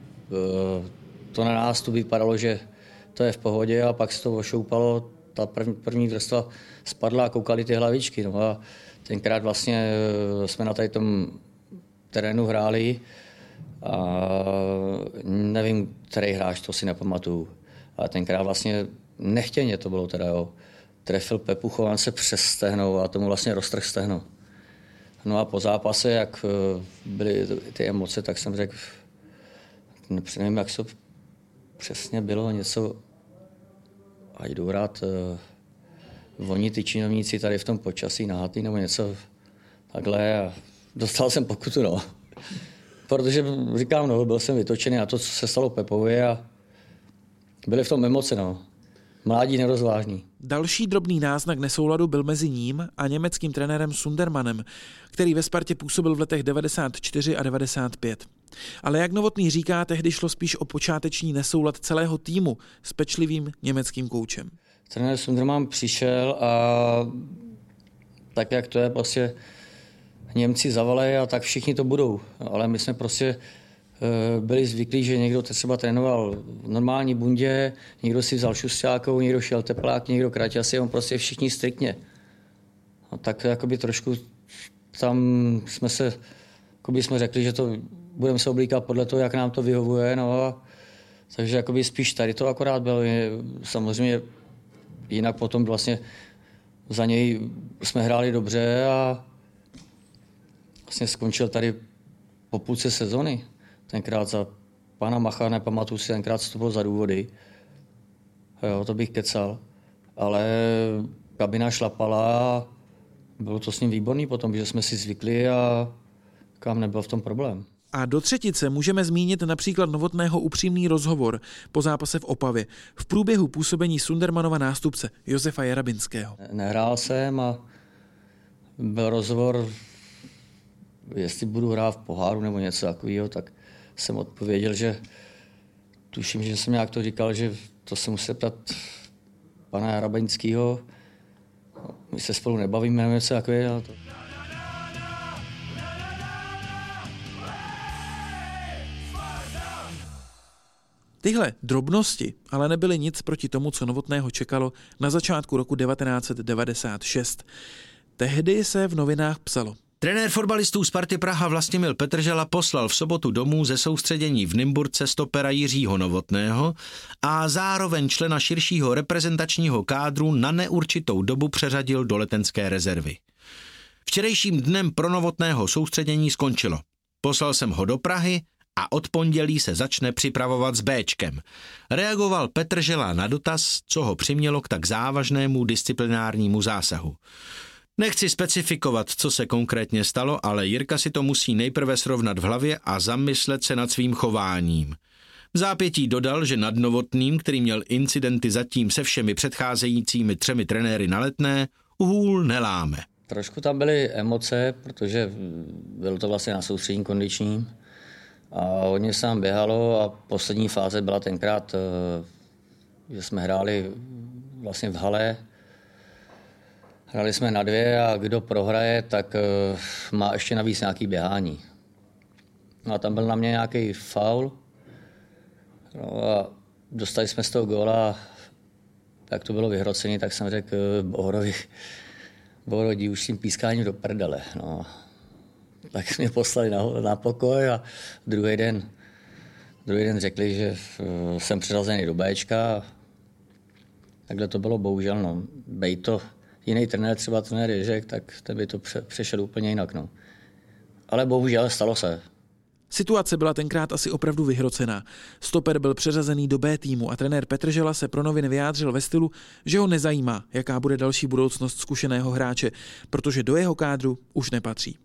Speaker 7: to na nás tu vypadalo, že to je v pohodě a pak se to ošoupalo. Ta první, první vrstva spadla a koukali ty hlavičky. No a tenkrát vlastně jsme na tady tom terénu hráli a nevím, který hráč, to si nepamatuju. Ale tenkrát vlastně nechtěně to bylo teda, jo. Trefil Pepu Chovance přes stehno a tomu vlastně roztrhl stehno. No a po zápase, jak byly ty emoce, tak jsem řekl, nevím, jak to přesně bylo, něco, a jdu hrát uh, oni ty činovníci tady v tom počasí nahatý nebo něco takhle a dostal jsem pokutu, no. Protože říkám, no, byl jsem vytočený na to, co se stalo Pepovi a byly v tom emoce, no. Mládí nerozvážní.
Speaker 4: Další drobný náznak nesouladu byl mezi ním a německým trenérem Sundermanem, který ve Spartě působil v letech devadesát čtyři a devadesát pět. Ale jak Novotný říká, tehdy šlo spíš o počáteční nesoulad celého týmu s pečlivým německým koučem.
Speaker 7: Trenér Sunderman přišel a tak, jak to je, prostě Němci zavalají a tak všichni to budou. Ale my jsme prostě byli zvyklí, že někdo třeba trénoval v normální bundě, někdo si vzal šustákou, někdo šel teplák, někdo kraťasy, on prostě všichni striktně. A tak jakoby trošku tam jsme se, jakoby jsme řekli, že to budeme se oblíkat podle toho, jak nám to vyhovuje, no a takže jakoby spíš tady to akorát bylo. Samozřejmě jinak potom vlastně za něj jsme hráli dobře a vlastně skončil tady po půlce sezony. Tenkrát za pana Macha, nepamatuju si tenkrát, co to bylo za důvody. Jo, to bych kecal. Ale kabina šlapala a bylo to s ním výborný potom, že jsme si zvykli a kam nebyl v tom problém.
Speaker 4: A do třetice můžeme zmínit například Novotného upřímný rozhovor po zápase v Opavě v průběhu působení Sundermanova nástupce Josefa Jarabinského.
Speaker 7: Nehrál jsem a byl rozhovor, jestli budu hrát v poháru nebo něco takového, tak jsem odpověděl, že tuším, že jsem nějak to říkal, že to se musí ptat pana Jarabinského. My se spolu nebavíme, nevím, co jako je. To...
Speaker 4: Tyhle drobnosti ale nebyly nic proti tomu, co Novotného čekalo na začátku roku devatenáct set devadesát šest. Tehdy se v novinách psalo:
Speaker 3: Trenér fotbalistů Sparty Praha Vlastimil Petržela poslal v sobotu domů ze soustředění v Nymburce stopera Jiřího Novotného a zároveň člena širšího reprezentačního kádru na neurčitou dobu přeřadil do letenské rezervy. Včerejším dnem pro Novotného soustředění skončilo. Poslal jsem ho do Prahy a od pondělí se začne připravovat s Béčkem. Reagoval Petržela na dotaz, co ho přimělo k tak závažnému disciplinárnímu zásahu. Nechci specifikovat, co se konkrétně stalo, ale Jirka si to musí nejprve srovnat v hlavě a zamyslet se nad svým chováním. V zápětí dodal, že nad Novotným, který měl incidenty zatím se všemi předcházejícími třemi trenéry na Letné, hůl neláme.
Speaker 7: Trošku tam byly emoce, protože bylo to vlastně na soustředění kondičním a hodně se nám běhalo a poslední fáze byla tenkrát, že jsme hráli vlastně v hale. Hráli jsme na dvě a kdo prohraje, tak má ještě navíc nějaký běhání. No a tam byl na mě nějaký faul. No a dostali jsme z toho góla, jak to bylo vyhrocené, tak jsem řekl Bohorovi, Bohoro, jdi už s tím pískáním do prdele. No. Tak mě poslali na, na pokoj a druhý den, druhý den řekli, že jsem přeřazený do Béčka. Takhle to bylo bohužel. No. Bej to jiný trenér, třeba trenér Ježek, tak ten by to pře- přešel úplně jinak. No. Ale bohužel stalo se.
Speaker 4: Situace byla tenkrát asi opravdu vyhrocená. Stoper byl přeřazený do B týmu a trenér Petržela se pro noviny vyjádřil ve stylu, že ho nezajímá, jaká bude další budoucnost zkušeného hráče, protože do jeho kádru už nepatří.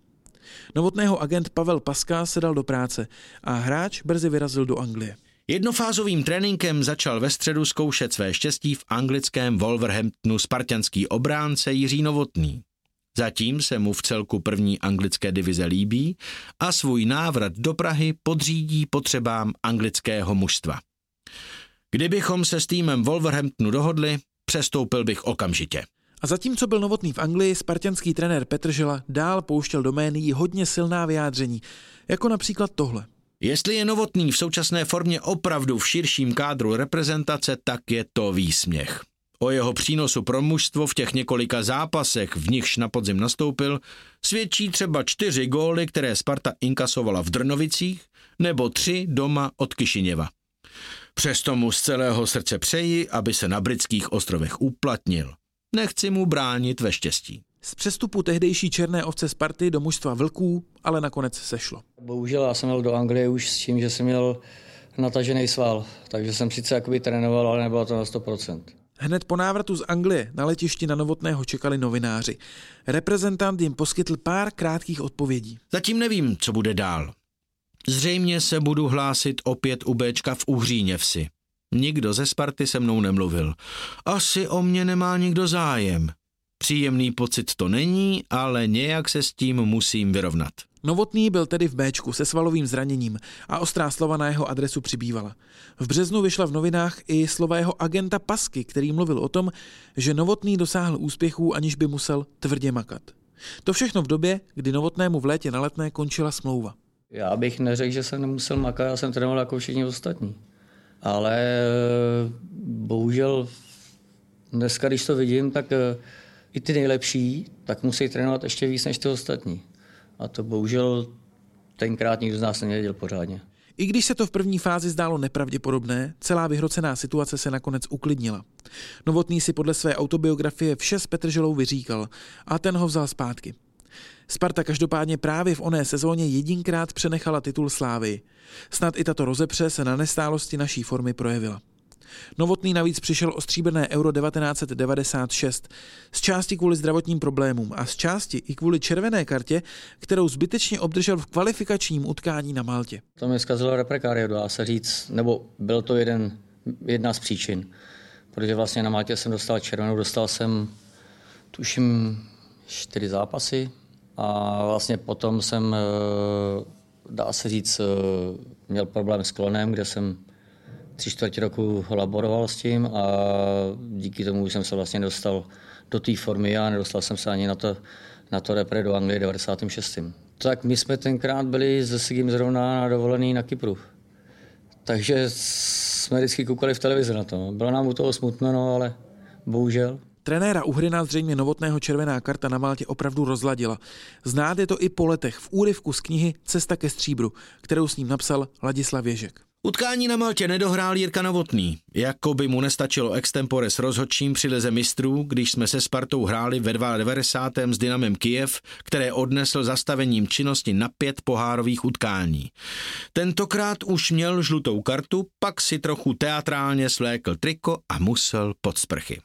Speaker 4: Novotného agent Pavel Paska se dal do práce a hráč brzy vyrazil do Anglie.
Speaker 3: Jednofázovým tréninkem začal ve středu zkoušet své štěstí v anglickém Wolverhamptonu spartanský obránce Jiří Novotný. Zatím se mu v celku první anglické divize líbí a svůj návrat do Prahy podřídí potřebám anglického mužstva. Kdybychom se s týmem Wolverhamptonu dohodli, přestoupil bych okamžitě.
Speaker 4: A zatímco byl Novotný v Anglii, spartanský trenér Petr Žela dál pouštěl do médií hodně silná vyjádření, jako například tohle.
Speaker 3: Jestli je Novotný v současné formě opravdu v širším kádru reprezentace, tak je to výsměch. O jeho přínosu pro mužstvo v těch několika zápasech, v nichž na podzim nastoupil, svědčí třeba čtyři góly, které Sparta inkasovala v Drnovicích, nebo tři doma od Kišiněva. Přesto mu z celého srdce přeji, aby se na britských ostrovech uplatnil. Nechci mu bránit ve štěstí.
Speaker 4: Z přestupu tehdejší černé ovce Sparty do mužstva Vlků ale nakonec sešlo.
Speaker 7: Bohužel já jsem měl do Anglie už s tím, že jsem měl natažený sval, takže jsem sice jakoby trénoval, ale nebylo to na sto procent.
Speaker 4: Hned po návratu z Anglie na letišti na Novotného čekali novináři. Reprezentant jim poskytl pár krátkých odpovědí.
Speaker 3: Zatím nevím, co bude dál. Zřejmě se budu hlásit opět u Béčka v Uhříněvsi. Nikdo ze Sparty se mnou nemluvil. Asi o mě nemá nikdo zájem. Příjemný pocit to není, ale nějak se s tím musím vyrovnat.
Speaker 4: Novotný byl tedy v Béčku se svalovým zraněním a ostrá slova na jeho adresu přibývala. V březnu vyšla v novinách i slova jeho agenta Pasky, který mluvil o tom, že Novotný dosáhl úspěchů, aniž by musel tvrdě makat. To všechno v době, kdy Novotnému v létě na Letné končila smlouva.
Speaker 7: Já bych neřekl, že jsem nemusel makat, já jsem trénoval jako všichni ostatní. Ale bohužel dneska, když to vidím, tak i ty nejlepší, tak musí trénovat ještě víc než ty ostatní. A to bohužel tenkrát nikdo z nás nevěděl pořádně.
Speaker 4: I když se to v první fázi zdálo nepravděpodobné, celá vyhrocená situace se nakonec uklidnila. Novotný si podle své autobiografie vše s Petrželou vyříkal a ten ho vzal zpátky. Sparta každopádně právě v oné sezóně jedinkrát přenechala titul Slávii. Snad i tato rozepře se na nestálosti naší formy projevila. Novotný navíc přišel o stříbrné Euro devatenáct set devadesát šest, z části kvůli zdravotním problémům a z části i kvůli červené kartě, kterou zbytečně obdržel v kvalifikačním utkání na Maltě.
Speaker 7: To mi zkazilo reprekariu, dá se říct, nebo byl to jeden, jedna z příčin, protože vlastně na Maltě jsem dostal červenou, dostal jsem tuším čtyři zápasy a vlastně potom jsem, dá se říct, měl problém s klonem, kde jsem tři čtvrtě roku laboroval s tím a díky tomu jsem se vlastně dostal do té formy a nedostal jsem se ani na to, na to repre do Anglie devadesát šest. Tak my jsme tenkrát byli se Sigim zrovna na dovolený na Kypru. Takže jsme vždycky koukali v televizi na to. Bylo nám u toho smutno, no, ale bohužel.
Speaker 4: Trenéra Uhryna zřejmě Novotného červená karta na Maltě opravdu rozladila. Znát je to i po letech v úryvku z knihy Cesta ke stříbru, kterou s ním napsal Ladislav Ježek.
Speaker 3: Utkání na Maltě nedohrál Jirka Novotný. Jako by mu nestačilo extempore s rozhodčím při lize mistrů, když jsme se Spartou hráli ve devadesátém druhém s Dynamem Kyjev, které odnesl zastavením činnosti na pět pohárových utkání. Tentokrát už měl žlutou kartu, pak si trochu teatrálně svlékl triko a musel pod sprchy.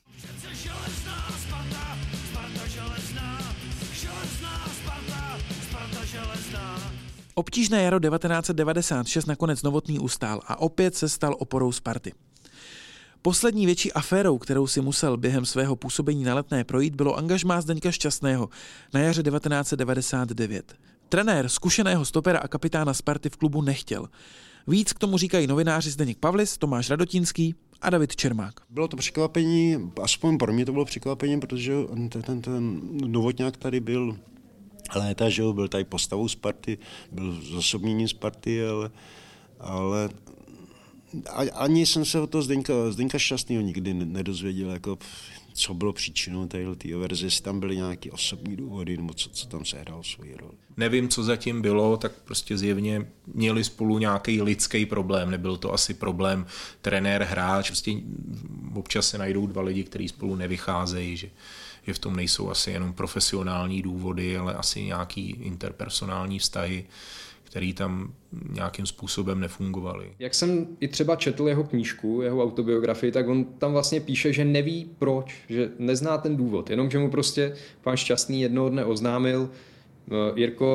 Speaker 4: Obtížné jaro devatenáct set devadesát šest nakonec Novotný ustál a opět se stal oporou Sparty. Poslední větší aférou, kterou si musel během svého působení na Letné projít, bylo angažmá Zdeňka Šťastného na jaře devatenáct set devadesát devět. Trenér zkušeného stopera a kapitána Sparty v klubu nechtěl. Víc k tomu říkají novináři Zdeněk Pavlis, Tomáš Radotinský a David Čermák.
Speaker 10: Bylo to překvapení, aspoň pro mě to bylo překvapení, protože ten, ten, ten Novotňák tady byl léta, že byl tady postavou Sparty, byl zosobněním Sparty, ale, ale ani jsem se o toho Zdeňka, Zdeňka Šťastného nikdy nedozvěděl, jako, co bylo příčinou této verze, jestli tam byly nějaké osobní důvody, nebo co, co tam sehrál svoji roli.
Speaker 13: Nevím, co zatím bylo, tak prostě zjevně měli spolu nějaký lidský problém, nebyl to asi problém trenér-hráč, prostě občas se najdou dva lidi, kteří spolu nevycházejí, že že v tom nejsou asi jenom profesionální důvody, ale asi nějaký interpersonální vztahy, které tam nějakým způsobem nefungovaly.
Speaker 6: Jak jsem i třeba četl jeho knížku, jeho autobiografii, tak on tam vlastně píše, že neví proč, že nezná ten důvod, jenomže mu prostě pan Šťastný jednoho dne oznámil: Jirko,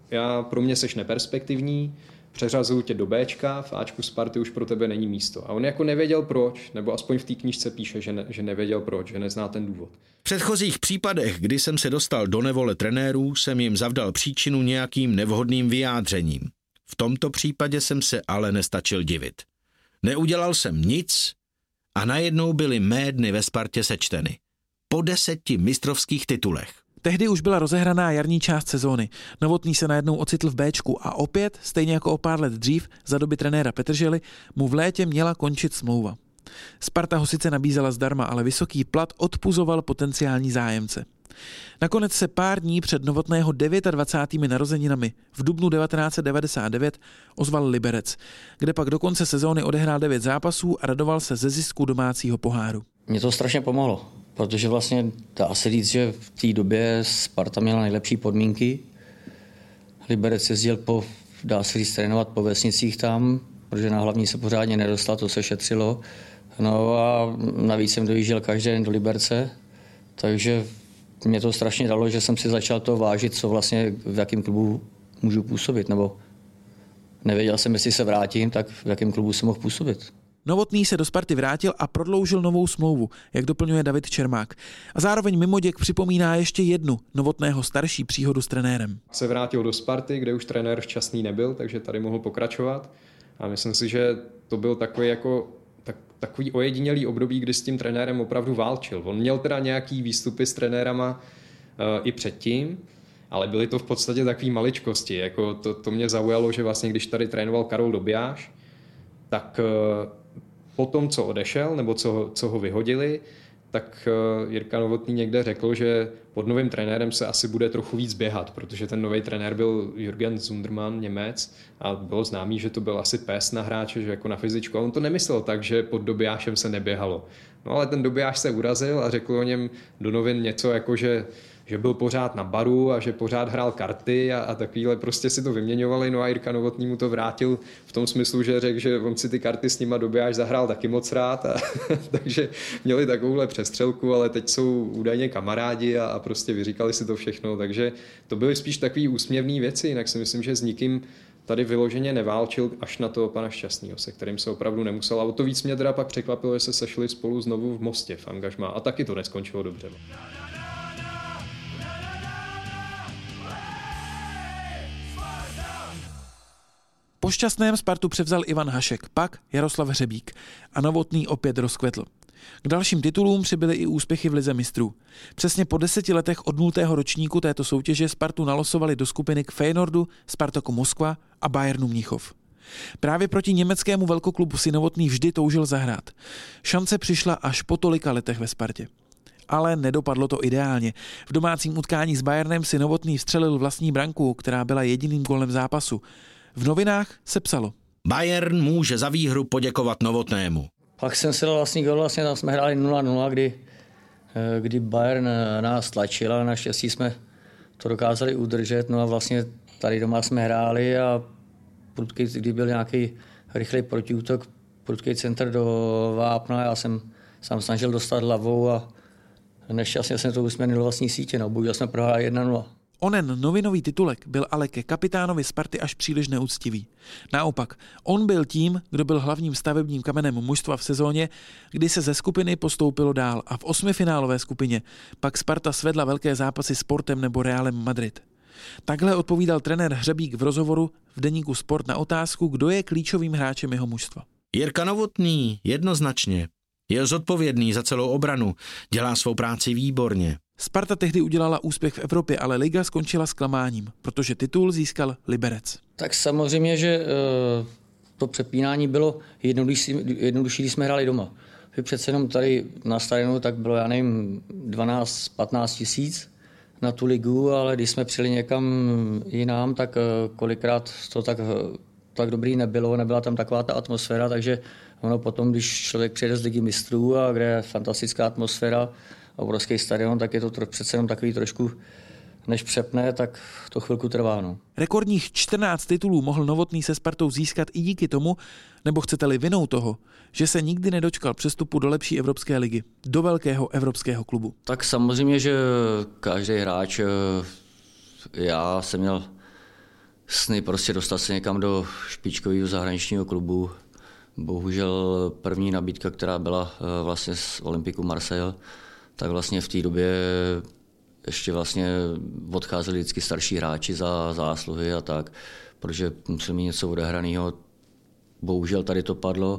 Speaker 6: já, pro mě seš neperspektivní, přeřazuju tě do Bčka, v Ačku Sparty už pro tebe není místo. A on jako nevěděl proč, nebo aspoň v té knížce píše, že, ne, že nevěděl proč, že nezná ten důvod.
Speaker 3: V předchozích případech, kdy jsem se dostal do nevole trenérů, jsem jim zavdal příčinu nějakým nevhodným vyjádřením. V tomto případě jsem se ale nestačil divit. Neudělal jsem nic a najednou byly mé dny ve Spartě sečteny. Po deseti mistrovských titulech.
Speaker 4: Tehdy už byla rozehraná jarní část sezóny. Novotný se najednou ocitl v Béčku a opět, stejně jako o pár let dřív, za doby trenéra Petržely, mu v létě měla končit smlouva. Sparta ho sice nabízela zdarma, ale vysoký plat odpuzoval potenciální zájemce. Nakonec se pár dní před Novotného dvacátými devátými narozeninami v dubnu devatenáct set devadesát devět ozval Liberec, kde pak do konce sezóny odehrál devět zápasů a radoval se ze zisku domácího poháru.
Speaker 7: Mě to strašně pomohlo, protože vlastně dá se říct, že v té době Sparta měla nejlepší podmínky. Liberec jezdil po, dá se říct, trénovat po vesnicích tam, protože na hlavní se pořádně nedostal, to se šetřilo. No a navíc jsem dojížděl každý den do Liberce, takže mě to strašně dalo, že jsem si začal to vážit, co vlastně v jakém klubu můžu působit, nebo nevěděl jsem, jestli se vrátím, tak v jakém klubu jsem mohl působit.
Speaker 4: Novotný se do Sparty vrátil a prodloužil novou smlouvu, jak doplňuje David Čermák. A zároveň mimoděk připomíná ještě jednu Novotného starší příhodu s trenérem.
Speaker 6: Se vrátil do Sparty, kde už trenér šťastný nebyl, takže tady mohl pokračovat. A myslím si, že to byl takový jako tak, takový ojedinělý období, kdy s tím trenérem opravdu válčil. On měl teda nějaký výstupy s trenérama uh, i předtím, ale byly to v podstatě takové maličkosti. Jako to, to mě zaujalo, že vlastně když tady trénoval Karol Dobijáš, tak uh, po tom, co odešel, nebo co, co ho vyhodili, tak uh, Jirka Novotný někde řekl, že pod novým trenérem se asi bude trochu víc běhat, protože ten nový trenér byl Jürgen Zundermann, Němec, a bylo známý, že to byl asi pes na hráče, že jako na fyzičku. A on to nemyslel tak, že pod Dobijášem se neběhalo. No ale ten Dobijáš se urazil a řekl o něm do novin něco jako, že že byl pořád na baru a že pořád hrál karty a, a takovýhle prostě si to vyměňovali. No a Jirka Novotný mu to vrátil v tom smyslu, že řekl, že on si ty karty s nima Dobijáš zahrál taky moc rád. A, takže měli takovouhle přestřelku, ale teď jsou údajně kamarádi a, a prostě vyříkali si to všechno. Takže to byly spíš takový úsměvný věci, jinak si myslím, že s nikým tady vyloženě neválčil až na toho pana Šťastného, se kterým se opravdu nemusel. A o to víc mě teda pak překvapilo, že se sešli spolu znovu v Mostě v angažmá. A taky to neskončilo dobře.
Speaker 4: Po Šťastném Spartu převzal Ivan Hašek, pak Jaroslav Hřebík a Novotný opět rozkvetl. K dalším titulům přibyly i úspěchy v lize mistrů. Přesně po deseti letech od nultého ročníku této soutěže Spartu nalosovali do skupiny k Feyenoordu, Spartaku Moskva a Bayernu Mnichov. Právě proti německému velkoklubu si Novotný vždy toužil zahrát. Šance přišla až po tolika letech ve Spartě. Ale nedopadlo to ideálně. V domácím utkání s Bayernem si Novotný vstřelil vlastní branku, která byla jediným gólem zápasu. V novinách se psalo:
Speaker 3: Bayern může za výhru poděkovat Novotnému.
Speaker 7: Pak jsem si dal vlastní gól, vlastně tam jsme hráli nula nula, kdy, kdy Bayern nás tlačil, ale naštěstí jsme to dokázali udržet. No a vlastně tady doma jsme hráli a prudký, kdy byl nějaký rychlý protiútok, prudký centr do vápna, já jsem sám snažil dostat hlavou a nešťastně jsem to usměrnil vlastní sítě. No, bohužel jsme prohráli jedna nula.
Speaker 4: Onen novinový titulek byl ale ke kapitánovi Sparty až příliš neúctivý. Naopak, on byl tím, kdo byl hlavním stavebním kamenem mužstva v sezóně, kdy se ze skupiny postoupilo dál a v osmifinálové skupině pak Sparta svedla velké zápasy s Sportem nebo Realem Madrid. Takhle odpovídal trenér Hřebík v rozhovoru v deníku Sport na otázku, kdo je klíčovým hráčem jeho mužstva.
Speaker 3: Jirka Novotný jednoznačně je zodpovědný za celou obranu, dělá svou práci výborně.
Speaker 4: Sparta tehdy udělala úspěch v Evropě, ale liga skončila zklamáním, protože titul získal Liberec.
Speaker 7: Tak samozřejmě, že to přepínání bylo jednodušší, jednodušší, když jsme hráli doma. Přece jenom tady na stadionu tak bylo, já nevím, dvanáct patnáct tisíc na tu ligu, ale když jsme přijeli někam jinam, tak kolikrát to tak, tak dobrý nebylo, nebyla tam taková ta atmosféra, takže ono potom, když člověk přijede z ligy mistrů a kde je fantastická atmosféra, obrovský stadion, tak je to tro, přece jenom takový trošku, než přepne, tak to chvilku trvá. No.
Speaker 4: Rekordních čtrnáct titulů mohl Novotný se Spartou získat i díky tomu, nebo chcete-li vinou toho, že se nikdy nedočkal přestupu do lepší evropské ligy, do velkého evropského klubu.
Speaker 7: Tak samozřejmě, že každý hráč, já jsem měl sny prostě dostat se někam do špičkového zahraničního klubu. Bohužel první nabídka, která byla vlastně z Olympiku Marseille, tak vlastně v té době ještě vlastně odcházeli vždycky starší hráči za zásluhy a tak, protože museli mít něco odehraného. Bohužel tady to padlo.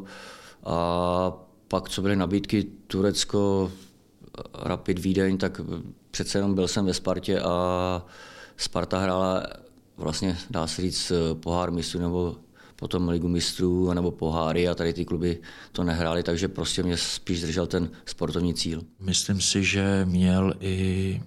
Speaker 7: A pak, co byly nabídky Turecko, Rapid Vídeň, tak přece jenom byl jsem ve Spartě a Sparta hrála vlastně, dá se říct, pohár mistrů nebo potom ligu mistrů nebo poháry a tady ty kluby to nehrály, takže prostě mě spíš držel ten sportovní cíl.
Speaker 9: Myslím si, že měl i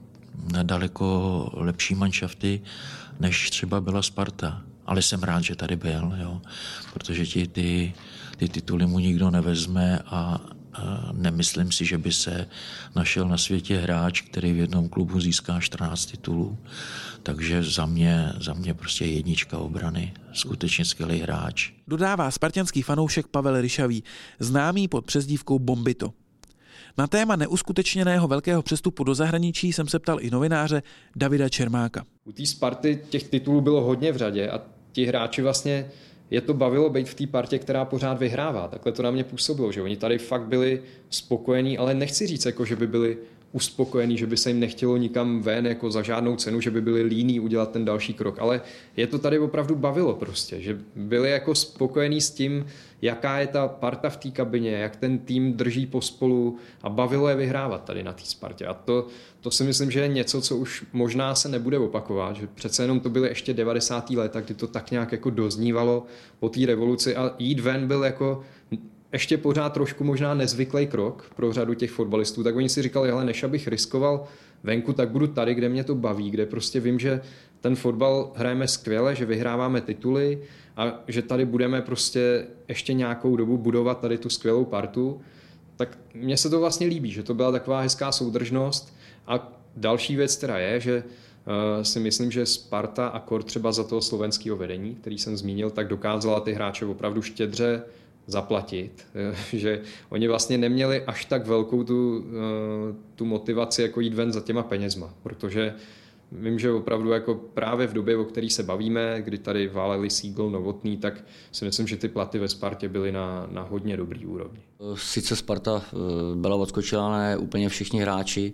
Speaker 9: daleko lepší manšafty, než třeba byla Sparta. Ale jsem rád, že tady byl, jo, protože ti, ty, ty tituly mu nikdo nevezme a, a nemyslím si, že by se našel na světě hráč, který v jednom klubu získá čtrnáct titulů. Takže za mě, za mě prostě jednička obrany, skutečně skvělý hráč.
Speaker 4: Dodává spartanský fanoušek Pavel Ryšavý, známý pod přezdívkou Bombito. Na téma neuskutečněného velkého přestupu do zahraničí jsem se ptal i novináře Davida Čermáka.
Speaker 6: U té Sparty těch titulů bylo hodně v řadě a ti hráči vlastně, je to bavilo být v té partě, která pořád vyhrává. Takhle to na mě působilo, že oni tady fakt byli spokojení, ale nechci říct, jako, že by byli uspokojení, že by se jim nechtělo nikam ven jako za žádnou cenu, že by byli líní udělat ten další krok, ale je to tady opravdu bavilo prostě, že byli jako spokojení s tím, jaká je ta parta v té kabině, jak ten tým drží pospolu a bavilo je vyhrávat tady na té Spartě. A to, to si myslím, že je něco, co už možná se nebude opakovat, že přece jenom to byly ještě devadesátá léta, kdy to tak nějak jako doznívalo po té revoluci a jít ven byl jako ještě pořád trošku možná nezvyklý krok pro řadu těch fotbalistů, tak oni si říkali, hele, než abych riskoval venku, tak budu tady, kde mě to baví, kde prostě vím, že ten fotbal hrajeme skvěle, že vyhráváme tituly a že tady budeme prostě ještě nějakou dobu budovat tady tu skvělou partu, tak mně se to vlastně líbí, že to byla taková hezká soudržnost. A další věc teda je, že uh, si myslím, že Sparta a kor třeba za toho slovenského vedení, který jsem zmínil, tak dokázala ty hráče opravdu štědře zaplatit, že oni vlastně neměli až tak velkou tu, tu motivaci jako jít ven za těma penězma, protože vím, že opravdu jako právě v době, o které se bavíme, kdy tady váleli Sígl, Novotný, tak si myslím, že ty platy ve Spartě byly na, na hodně dobrý úrovni.
Speaker 7: Sice Sparta byla odskočila, ne úplně všichni hráči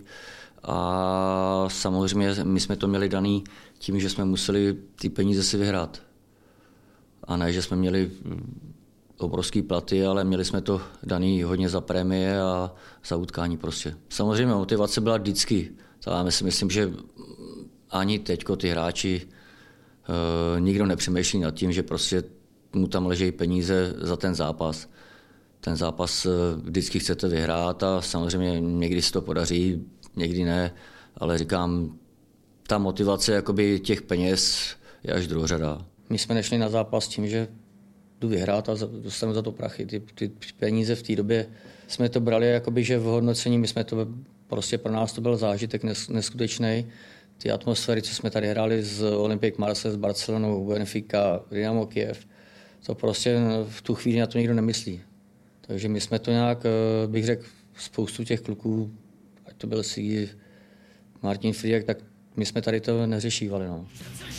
Speaker 7: a samozřejmě my jsme to měli daný tím, že jsme museli ty peníze si vyhrát. A ne, že jsme měli obrovský platy, ale měli jsme to daný hodně za prémie a za utkání prostě. Samozřejmě motivace byla vždycky. Já si myslím, že ani teďko ty hráči e, nikdo nepřemýšlí nad tím, že prostě mu tam ležejí peníze za ten zápas. Ten zápas e, vždycky chcete vyhrát a samozřejmě někdy se to podaří, někdy ne, ale říkám, ta motivace jakoby těch peněz je až druhořadá. My jsme nešli na zápas tím, že jdu vyhrát a dostanu za to prachy. Ty, ty peníze v té době jsme to brali, jakoby, že v hodnocení my jsme to, prostě pro nás to byl zážitek neskutečný. Ty atmosféry, co jsme tady hráli z Olympique Marseille, s Barcelonou, Benfica, Dynamo Kiev, to prostě v tu chvíli na to nikdo nemyslí. Takže my jsme to nějak, bych řekl, spoustu těch kluků, ať to byl si Martin Friedek, tak my jsme tady to neřešívali. No.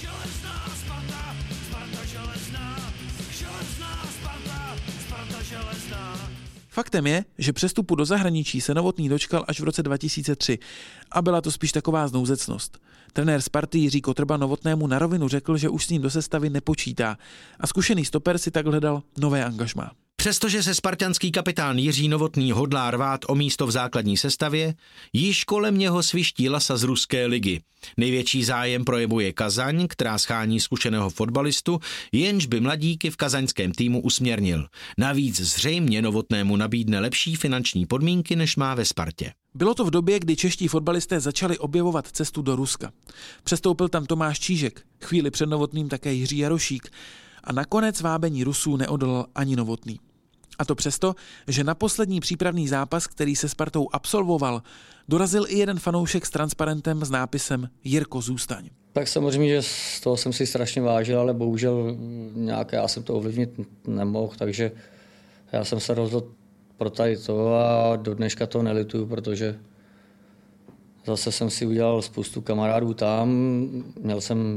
Speaker 4: Faktem je, že přestupu do zahraničí se Novotný dočkal až v roce dva tisíce tři a byla to spíš taková znouzecnost. Trenér Sparty Jiří Kotrba Novotnému na rovinu řekl, že už s ním do sestavy nepočítá a zkušený stoper si tak hledal nové angažmá.
Speaker 3: Přestože se spartanský kapitán Jiří Novotný hodlá rvát o místo v základní sestavě, již kolem něho sviští lasa z ruské ligy. Největší zájem projevuje Kazaň, která schání zkušeného fotbalistu, jenž by mladíky v kazaňském týmu usměrnil. Navíc zřejmě Novotnému nabídne lepší finanční podmínky, než má ve Spartě.
Speaker 4: Bylo to v době, kdy čeští fotbalisté začali objevovat cestu do Ruska. Přestoupil tam Tomáš Čížek, chvíli před Novotným také Jiří Jarošík a nakonec vábení Rusů neodolal ani Novotný. A to přesto, že na poslední přípravný zápas, který se Spartou absolvoval, dorazil i jeden fanoušek s transparentem s nápisem Jirko, zůstaň.
Speaker 7: Tak samozřejmě, že z toho jsem si strašně vážil, ale bohužel nějak já jsem to ovlivnit nemohl, takže já jsem se rozhodl pro tady to a do dneška to nelituju, protože zase jsem si udělal spoustu kamarádů tam, měl jsem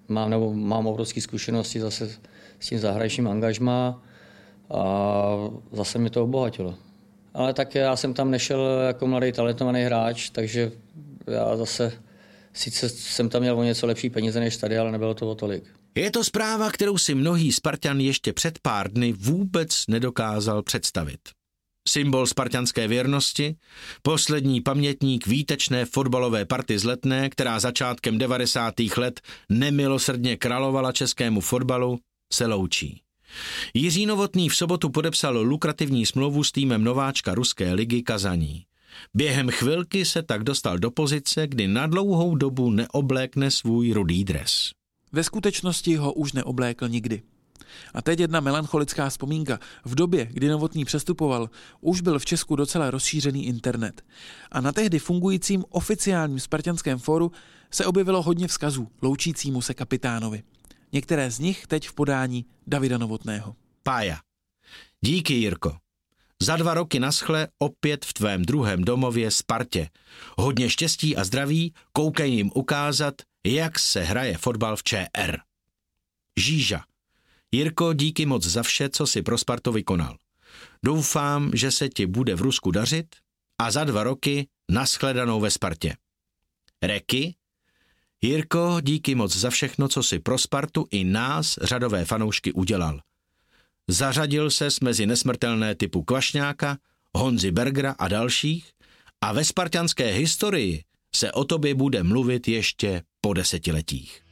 Speaker 7: mám, nebo mám obrovské zkušenosti zase s tím zahraničním angažmá a zase mě to obohatilo. Ale tak já jsem tam nešel jako mladý talentovaný hráč, takže já zase sice jsem tam měl o něco lepší peníze než tady, ale nebylo to o tolik.
Speaker 3: Je to zpráva, kterou si mnohý Spartan ještě před pár dny vůbec nedokázal představit. Symbol spartanské věrnosti, poslední pamětník výtečné fotbalové party z Letné, která začátkem devadesátých let nemilosrdně královala českému fotbalu, se loučí. Jiří Novotný v sobotu podepsal lukrativní smlouvu s týmem nováčka ruské ligy Kazaní. Během chvilky se tak dostal do pozice, kdy na dlouhou dobu neoblékne svůj rudý dres.
Speaker 4: Ve skutečnosti ho už neoblékl nikdy. A teď jedna melancholická vzpomínka. V době, kdy Novotný přestupoval, už byl v Česku docela rozšířený internet. A na tehdy fungujícím oficiálním spartanském fóru se objevilo hodně vzkazů loučícímu se kapitánovi. Některé z nich teď v podání Davida Novotného.
Speaker 3: Pája. Díky, Jirko. Za dva roky naschle opět v tvém druhém domově Spartě. Hodně štěstí a zdraví, koukej jim ukázat, jak se hraje fotbal v Č R. Žíža. Jirko, díky moc za vše, co si pro Spartu vykonal. Doufám, že se ti bude v Rusku dařit a za dva roky nashledanou ve Spartě. Reky. Jirko, díky moc za všechno, co si pro Spartu i nás, řadové fanoušky, udělal. Zařadil ses mezi nesmrtelné typu Kvašňáka, Honzi Bergera a dalších a ve spartanské historii se o tobě bude mluvit ještě po desetiletích.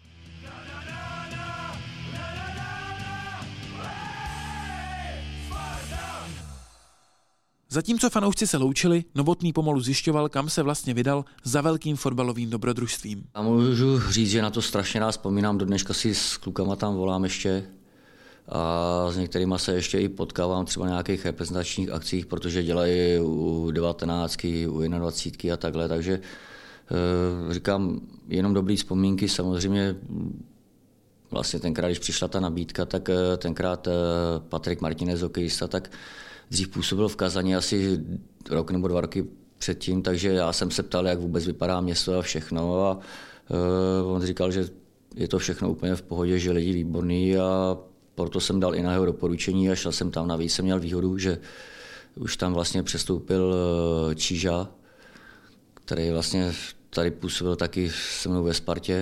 Speaker 4: Zatímco fanoušci se loučili, Novotný pomalu zjišťoval, kam se vlastně vydal za velkým fotbalovým dobrodružstvím.
Speaker 7: A můžu říct, že na to strašně rád vzpomínám, do dneška si s klukama tam volám ještě a s některýma se ještě i potkávám třeba na nějakých reprezentačních akcích, protože dělají u devatenáctky, u dvacítky a takhle, takže e, říkám, jenom dobrý vzpomínky, samozřejmě vlastně tenkrát, když přišla ta nabídka, tak tenkrát e, Patrik Martinez, hokejista, tak dřív působil v Kazani asi rok nebo dva roky předtím, takže já jsem se ptal, jak vůbec vypadá město a všechno a uh, on říkal, že je to všechno úplně v pohodě, že lidi výborný a proto jsem dal i na jeho doporučení a šel jsem tam. Navíc jsem měl výhodu, že už tam vlastně přestoupil uh, Číža, který vlastně tady působil taky se mnou ve Spartě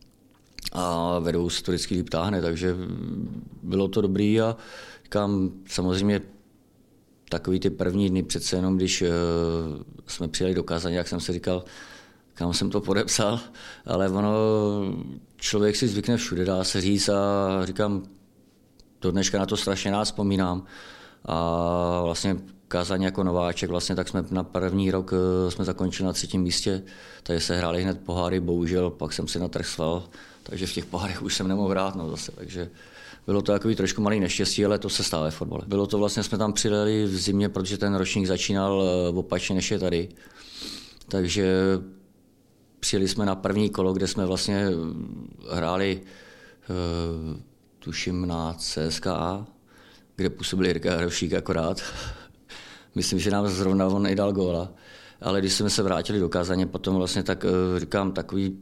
Speaker 7: a vedou se to vždycky líp táhne, takže bylo to dobrý a říkám, samozřejmě takový ty první dny přece jenom, když uh, jsme přijeli do Kazaně, jak jsem si říkal, kam jsem to podepsal, ale ono, člověk si zvykne všude, dá se říct a říkám, do dneška na to strašně rád vzpomínám a vlastně Kazaň jako nováček, vlastně tak jsme na první rok uh, jsme zakončili na třetím místě, takže se hráli hned poháry, bohužel, pak jsem si natrhl sval, takže v těch pohárech už jsem nemohl hrát, no zase, takže bylo to takový trošku malý neštěstí, ale to se stává ve fotbale. Bylo to vlastně, jsme tam přijeli v zimě, protože ten ročník začínal opačně než je tady. Takže přijeli jsme na první kolo, kde jsme vlastně hráli, tuším, na C S K A, kde působil Jirka Hrošík akorát. Myslím, že nám zrovna on i dal góla. Ale když jsme se vrátili do Kazaně, potom vlastně tak říkám, takový,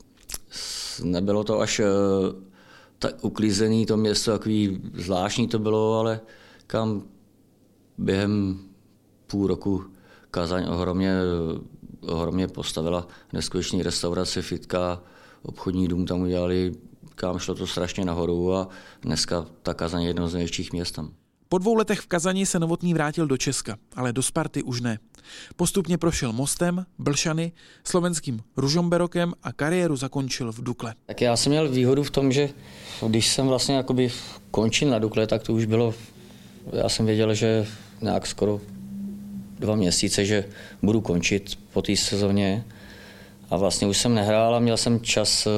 Speaker 7: nebylo to až tak uklízený to město, takový zvláštní to bylo, ale kam během půl roku Kazaň ohromně, ohromně postavila neskutečný restaurace, fitka, obchodní dům tam udělali, kam šlo to strašně nahoru a dneska ta Kazaň je jedno z největších měst tam.
Speaker 4: Po dvou letech v Kazani se Novotný vrátil do Česka, ale do Sparty už ne. Postupně prošel Mostem, Blšany, slovenským Ružomberokem a kariéru zakončil v Dukle.
Speaker 7: Tak já jsem měl výhodu v tom, že když jsem vlastně jakoby končil na Dukle, tak to už bylo, já jsem věděl, že nějak skoro dva měsíce, že budu končit po té sezóně a vlastně už jsem nehrál a měl jsem čas,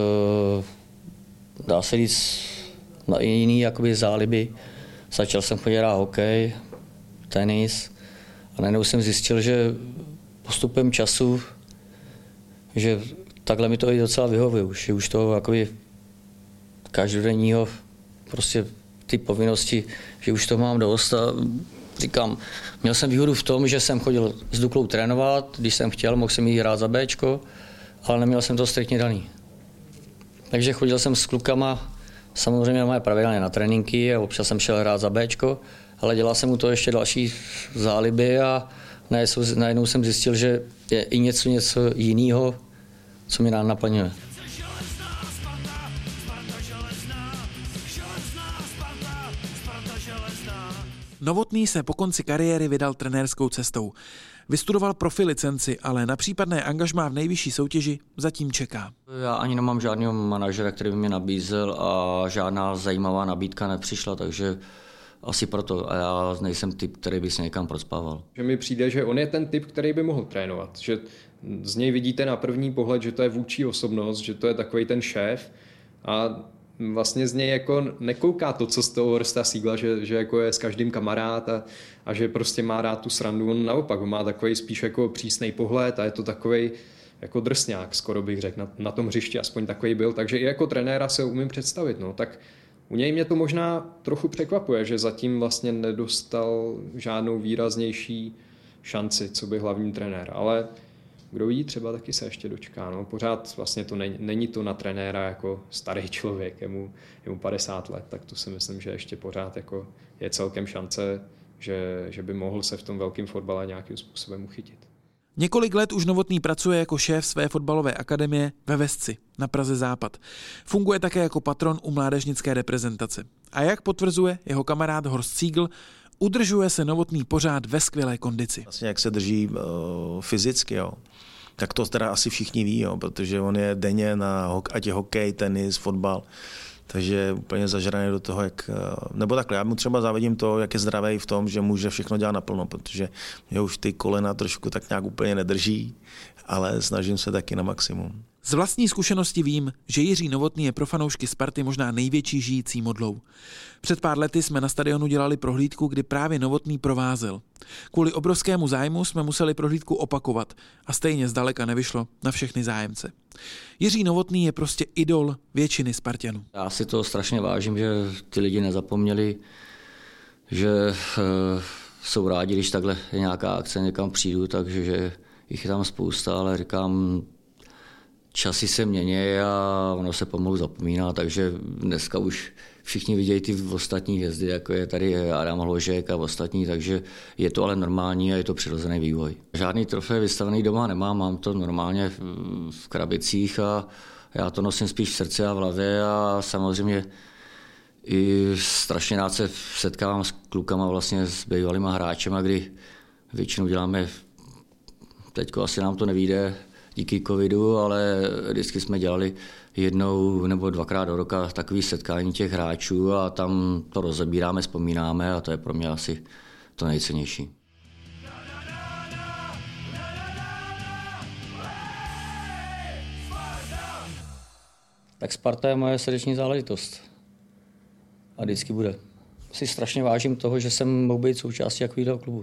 Speaker 7: dá se říct, na jiný jakoby záliby. Začal jsem chodit hrát hokej, tenis a najednou jsem zjistil, že postupem času, že takhle mi to i docela vyhovuje. Už, už to jakoby každodenního prostě ty povinnosti, že už to mám dost a říkám, měl jsem výhodu v tom, že jsem chodil s Duklou trénovat, když jsem chtěl, mohl jsem jít hrát za Béčko, ale neměl jsem to striktně daný. Takže chodil jsem s klukama samozřejmě moje pravidelně na tréninky a občas jsem šel hrát za Bčko, ale dělal jsem mu to ještě další záliby a najednou jsem zjistil, že je i něco, něco jiného, co mě naplňuje.
Speaker 4: Novotný se po konci kariéry vydal trenérskou cestou. Vystudoval profi licenci, ale na případné angažmá v nejvyšší soutěži zatím čeká.
Speaker 7: Já ani nemám žádného manažera, který by mě nabízel a žádná zajímavá nabídka nepřišla, takže asi proto. A já nejsem typ, který by se někam procpával.
Speaker 6: Že mi přijde, že on je ten typ, který by mohl trénovat. Že z něj vidíte na první pohled, že to je vůdčí osobnost, že to je takový ten šéf a vlastně z něj jako nekouká to, co z toho Horsta Siegla, že, že jako je s každým kamarád a, a že prostě má rád tu srandu. On naopak, on má takový spíš jako přísnej pohled a je to takovej jako drsňák, skoro bych řekl, na, na tom hřišti, aspoň takový byl. Takže i jako trenéra se umím představit. No. Tak u něj mě to možná trochu překvapuje, že zatím vlastně nedostal žádnou výraznější šanci, co by hlavní trenér. Ale kdo ví, třeba taky se ještě dočká. No. Pořád vlastně to není, není to na trenéra jako starý člověk, je mu, je mu padesát let, tak to si myslím, že ještě pořád jako je celkem šance, že, že by mohl se v tom velkém fotbale nějakým způsobem uchytit.
Speaker 4: Několik let už Novotný pracuje jako šéf své fotbalové akademie ve Vesci na Praze Západ. Funguje také jako patron u mládežnické reprezentace. A jak potvrzuje jeho kamarád Horst Siegl, udržuje se Novotný pořád ve skvělé kondici.
Speaker 8: Vlastně jak se drží uh, fyzicky, jo. Tak to teda asi všichni ví, jo, protože on je denně na ať je hokej, tenis, fotbal, takže je úplně zažraný do toho, jak, nebo takhle, já mu třeba závidím to, jak je zdravý v tom, že může všechno dělat naplno, protože mě už ty kolena trošku tak nějak úplně nedrží, ale snažím se taky na maximum.
Speaker 4: Z vlastní zkušenosti vím, že Jiří Novotný je pro fanoušky Sparty možná největší žijící modlou. Před pár lety jsme na stadionu dělali prohlídku, kdy právě Novotný provázel. Kvůli obrovskému zájmu jsme museli prohlídku opakovat a stejně zdaleka nevyšlo na všechny zájemce. Jiří Novotný je prostě idol většiny Spartanů.
Speaker 7: Já si to strašně vážím, že ty lidi nezapomněli, že uh, jsou rádi, když takhle je nějaká akce, někam přijdu, takže že jich je tam spousta, ale říkám, časy se mění a ono se pomalu zapomíná, takže dneska už všichni vidějí ty ostatní hvězdy, jako je tady Adam Hložek a ostatní, takže je to ale normální a je to přirozený vývoj. Žádný trofej vystavený doma nemám, mám to normálně v krabicích a já to nosím spíš v srdci a v hlavě a samozřejmě i strašně rád se setkávám s klukama, vlastně s bývalýma hráčema, kdy většinou děláme, teďko asi nám to nevyjde, díky covidu, ale vždycky jsme dělali jednou nebo dvakrát do roka takový setkání těch hráčů a tam to rozebíráme, vzpomínáme a to je pro mě asi to nejcennější. Tak Sparta je moje srdeční záležitost a vždycky bude. Si strašně vážím toho, že jsem mohl být součástí takového klubu.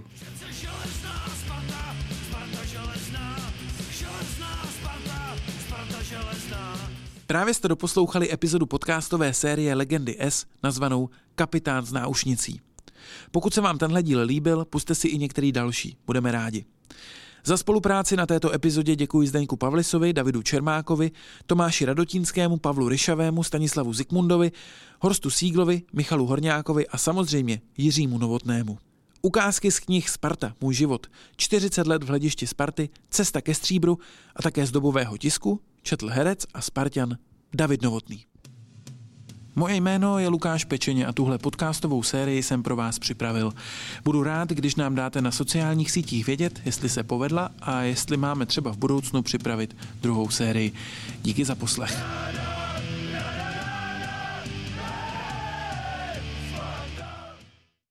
Speaker 4: Právě jste doposlouchali epizodu podcastové série Legendy S nazvanou Kapitán s náušnicí. Pokud se vám tenhle díl líbil, pusťte si i některý další, budeme rádi. Za spolupráci na této epizodě děkuji Zdeňku Pavlisovi, Davidu Čermákovi, Tomáši Radotínskému, Pavlu Ryšavému, Stanislavu Zikmundovi, Horstu Sieglovi, Michalu Horňákovi a samozřejmě Jiřímu Novotnému. Ukázky z knih Sparta, můj život, čtyřicet let v hledišti Sparty, Cesta ke stříbru a také z dobového tisku četl herec a Spartan David Novotný. Moje jméno je Lukáš Pečeně a tuhle podcastovou sérii jsem pro vás připravil. Budu rád, když nám dáte na sociálních sítích vědět, jestli se povedla a jestli máme třeba v budoucnu připravit druhou sérii. Díky za poslech.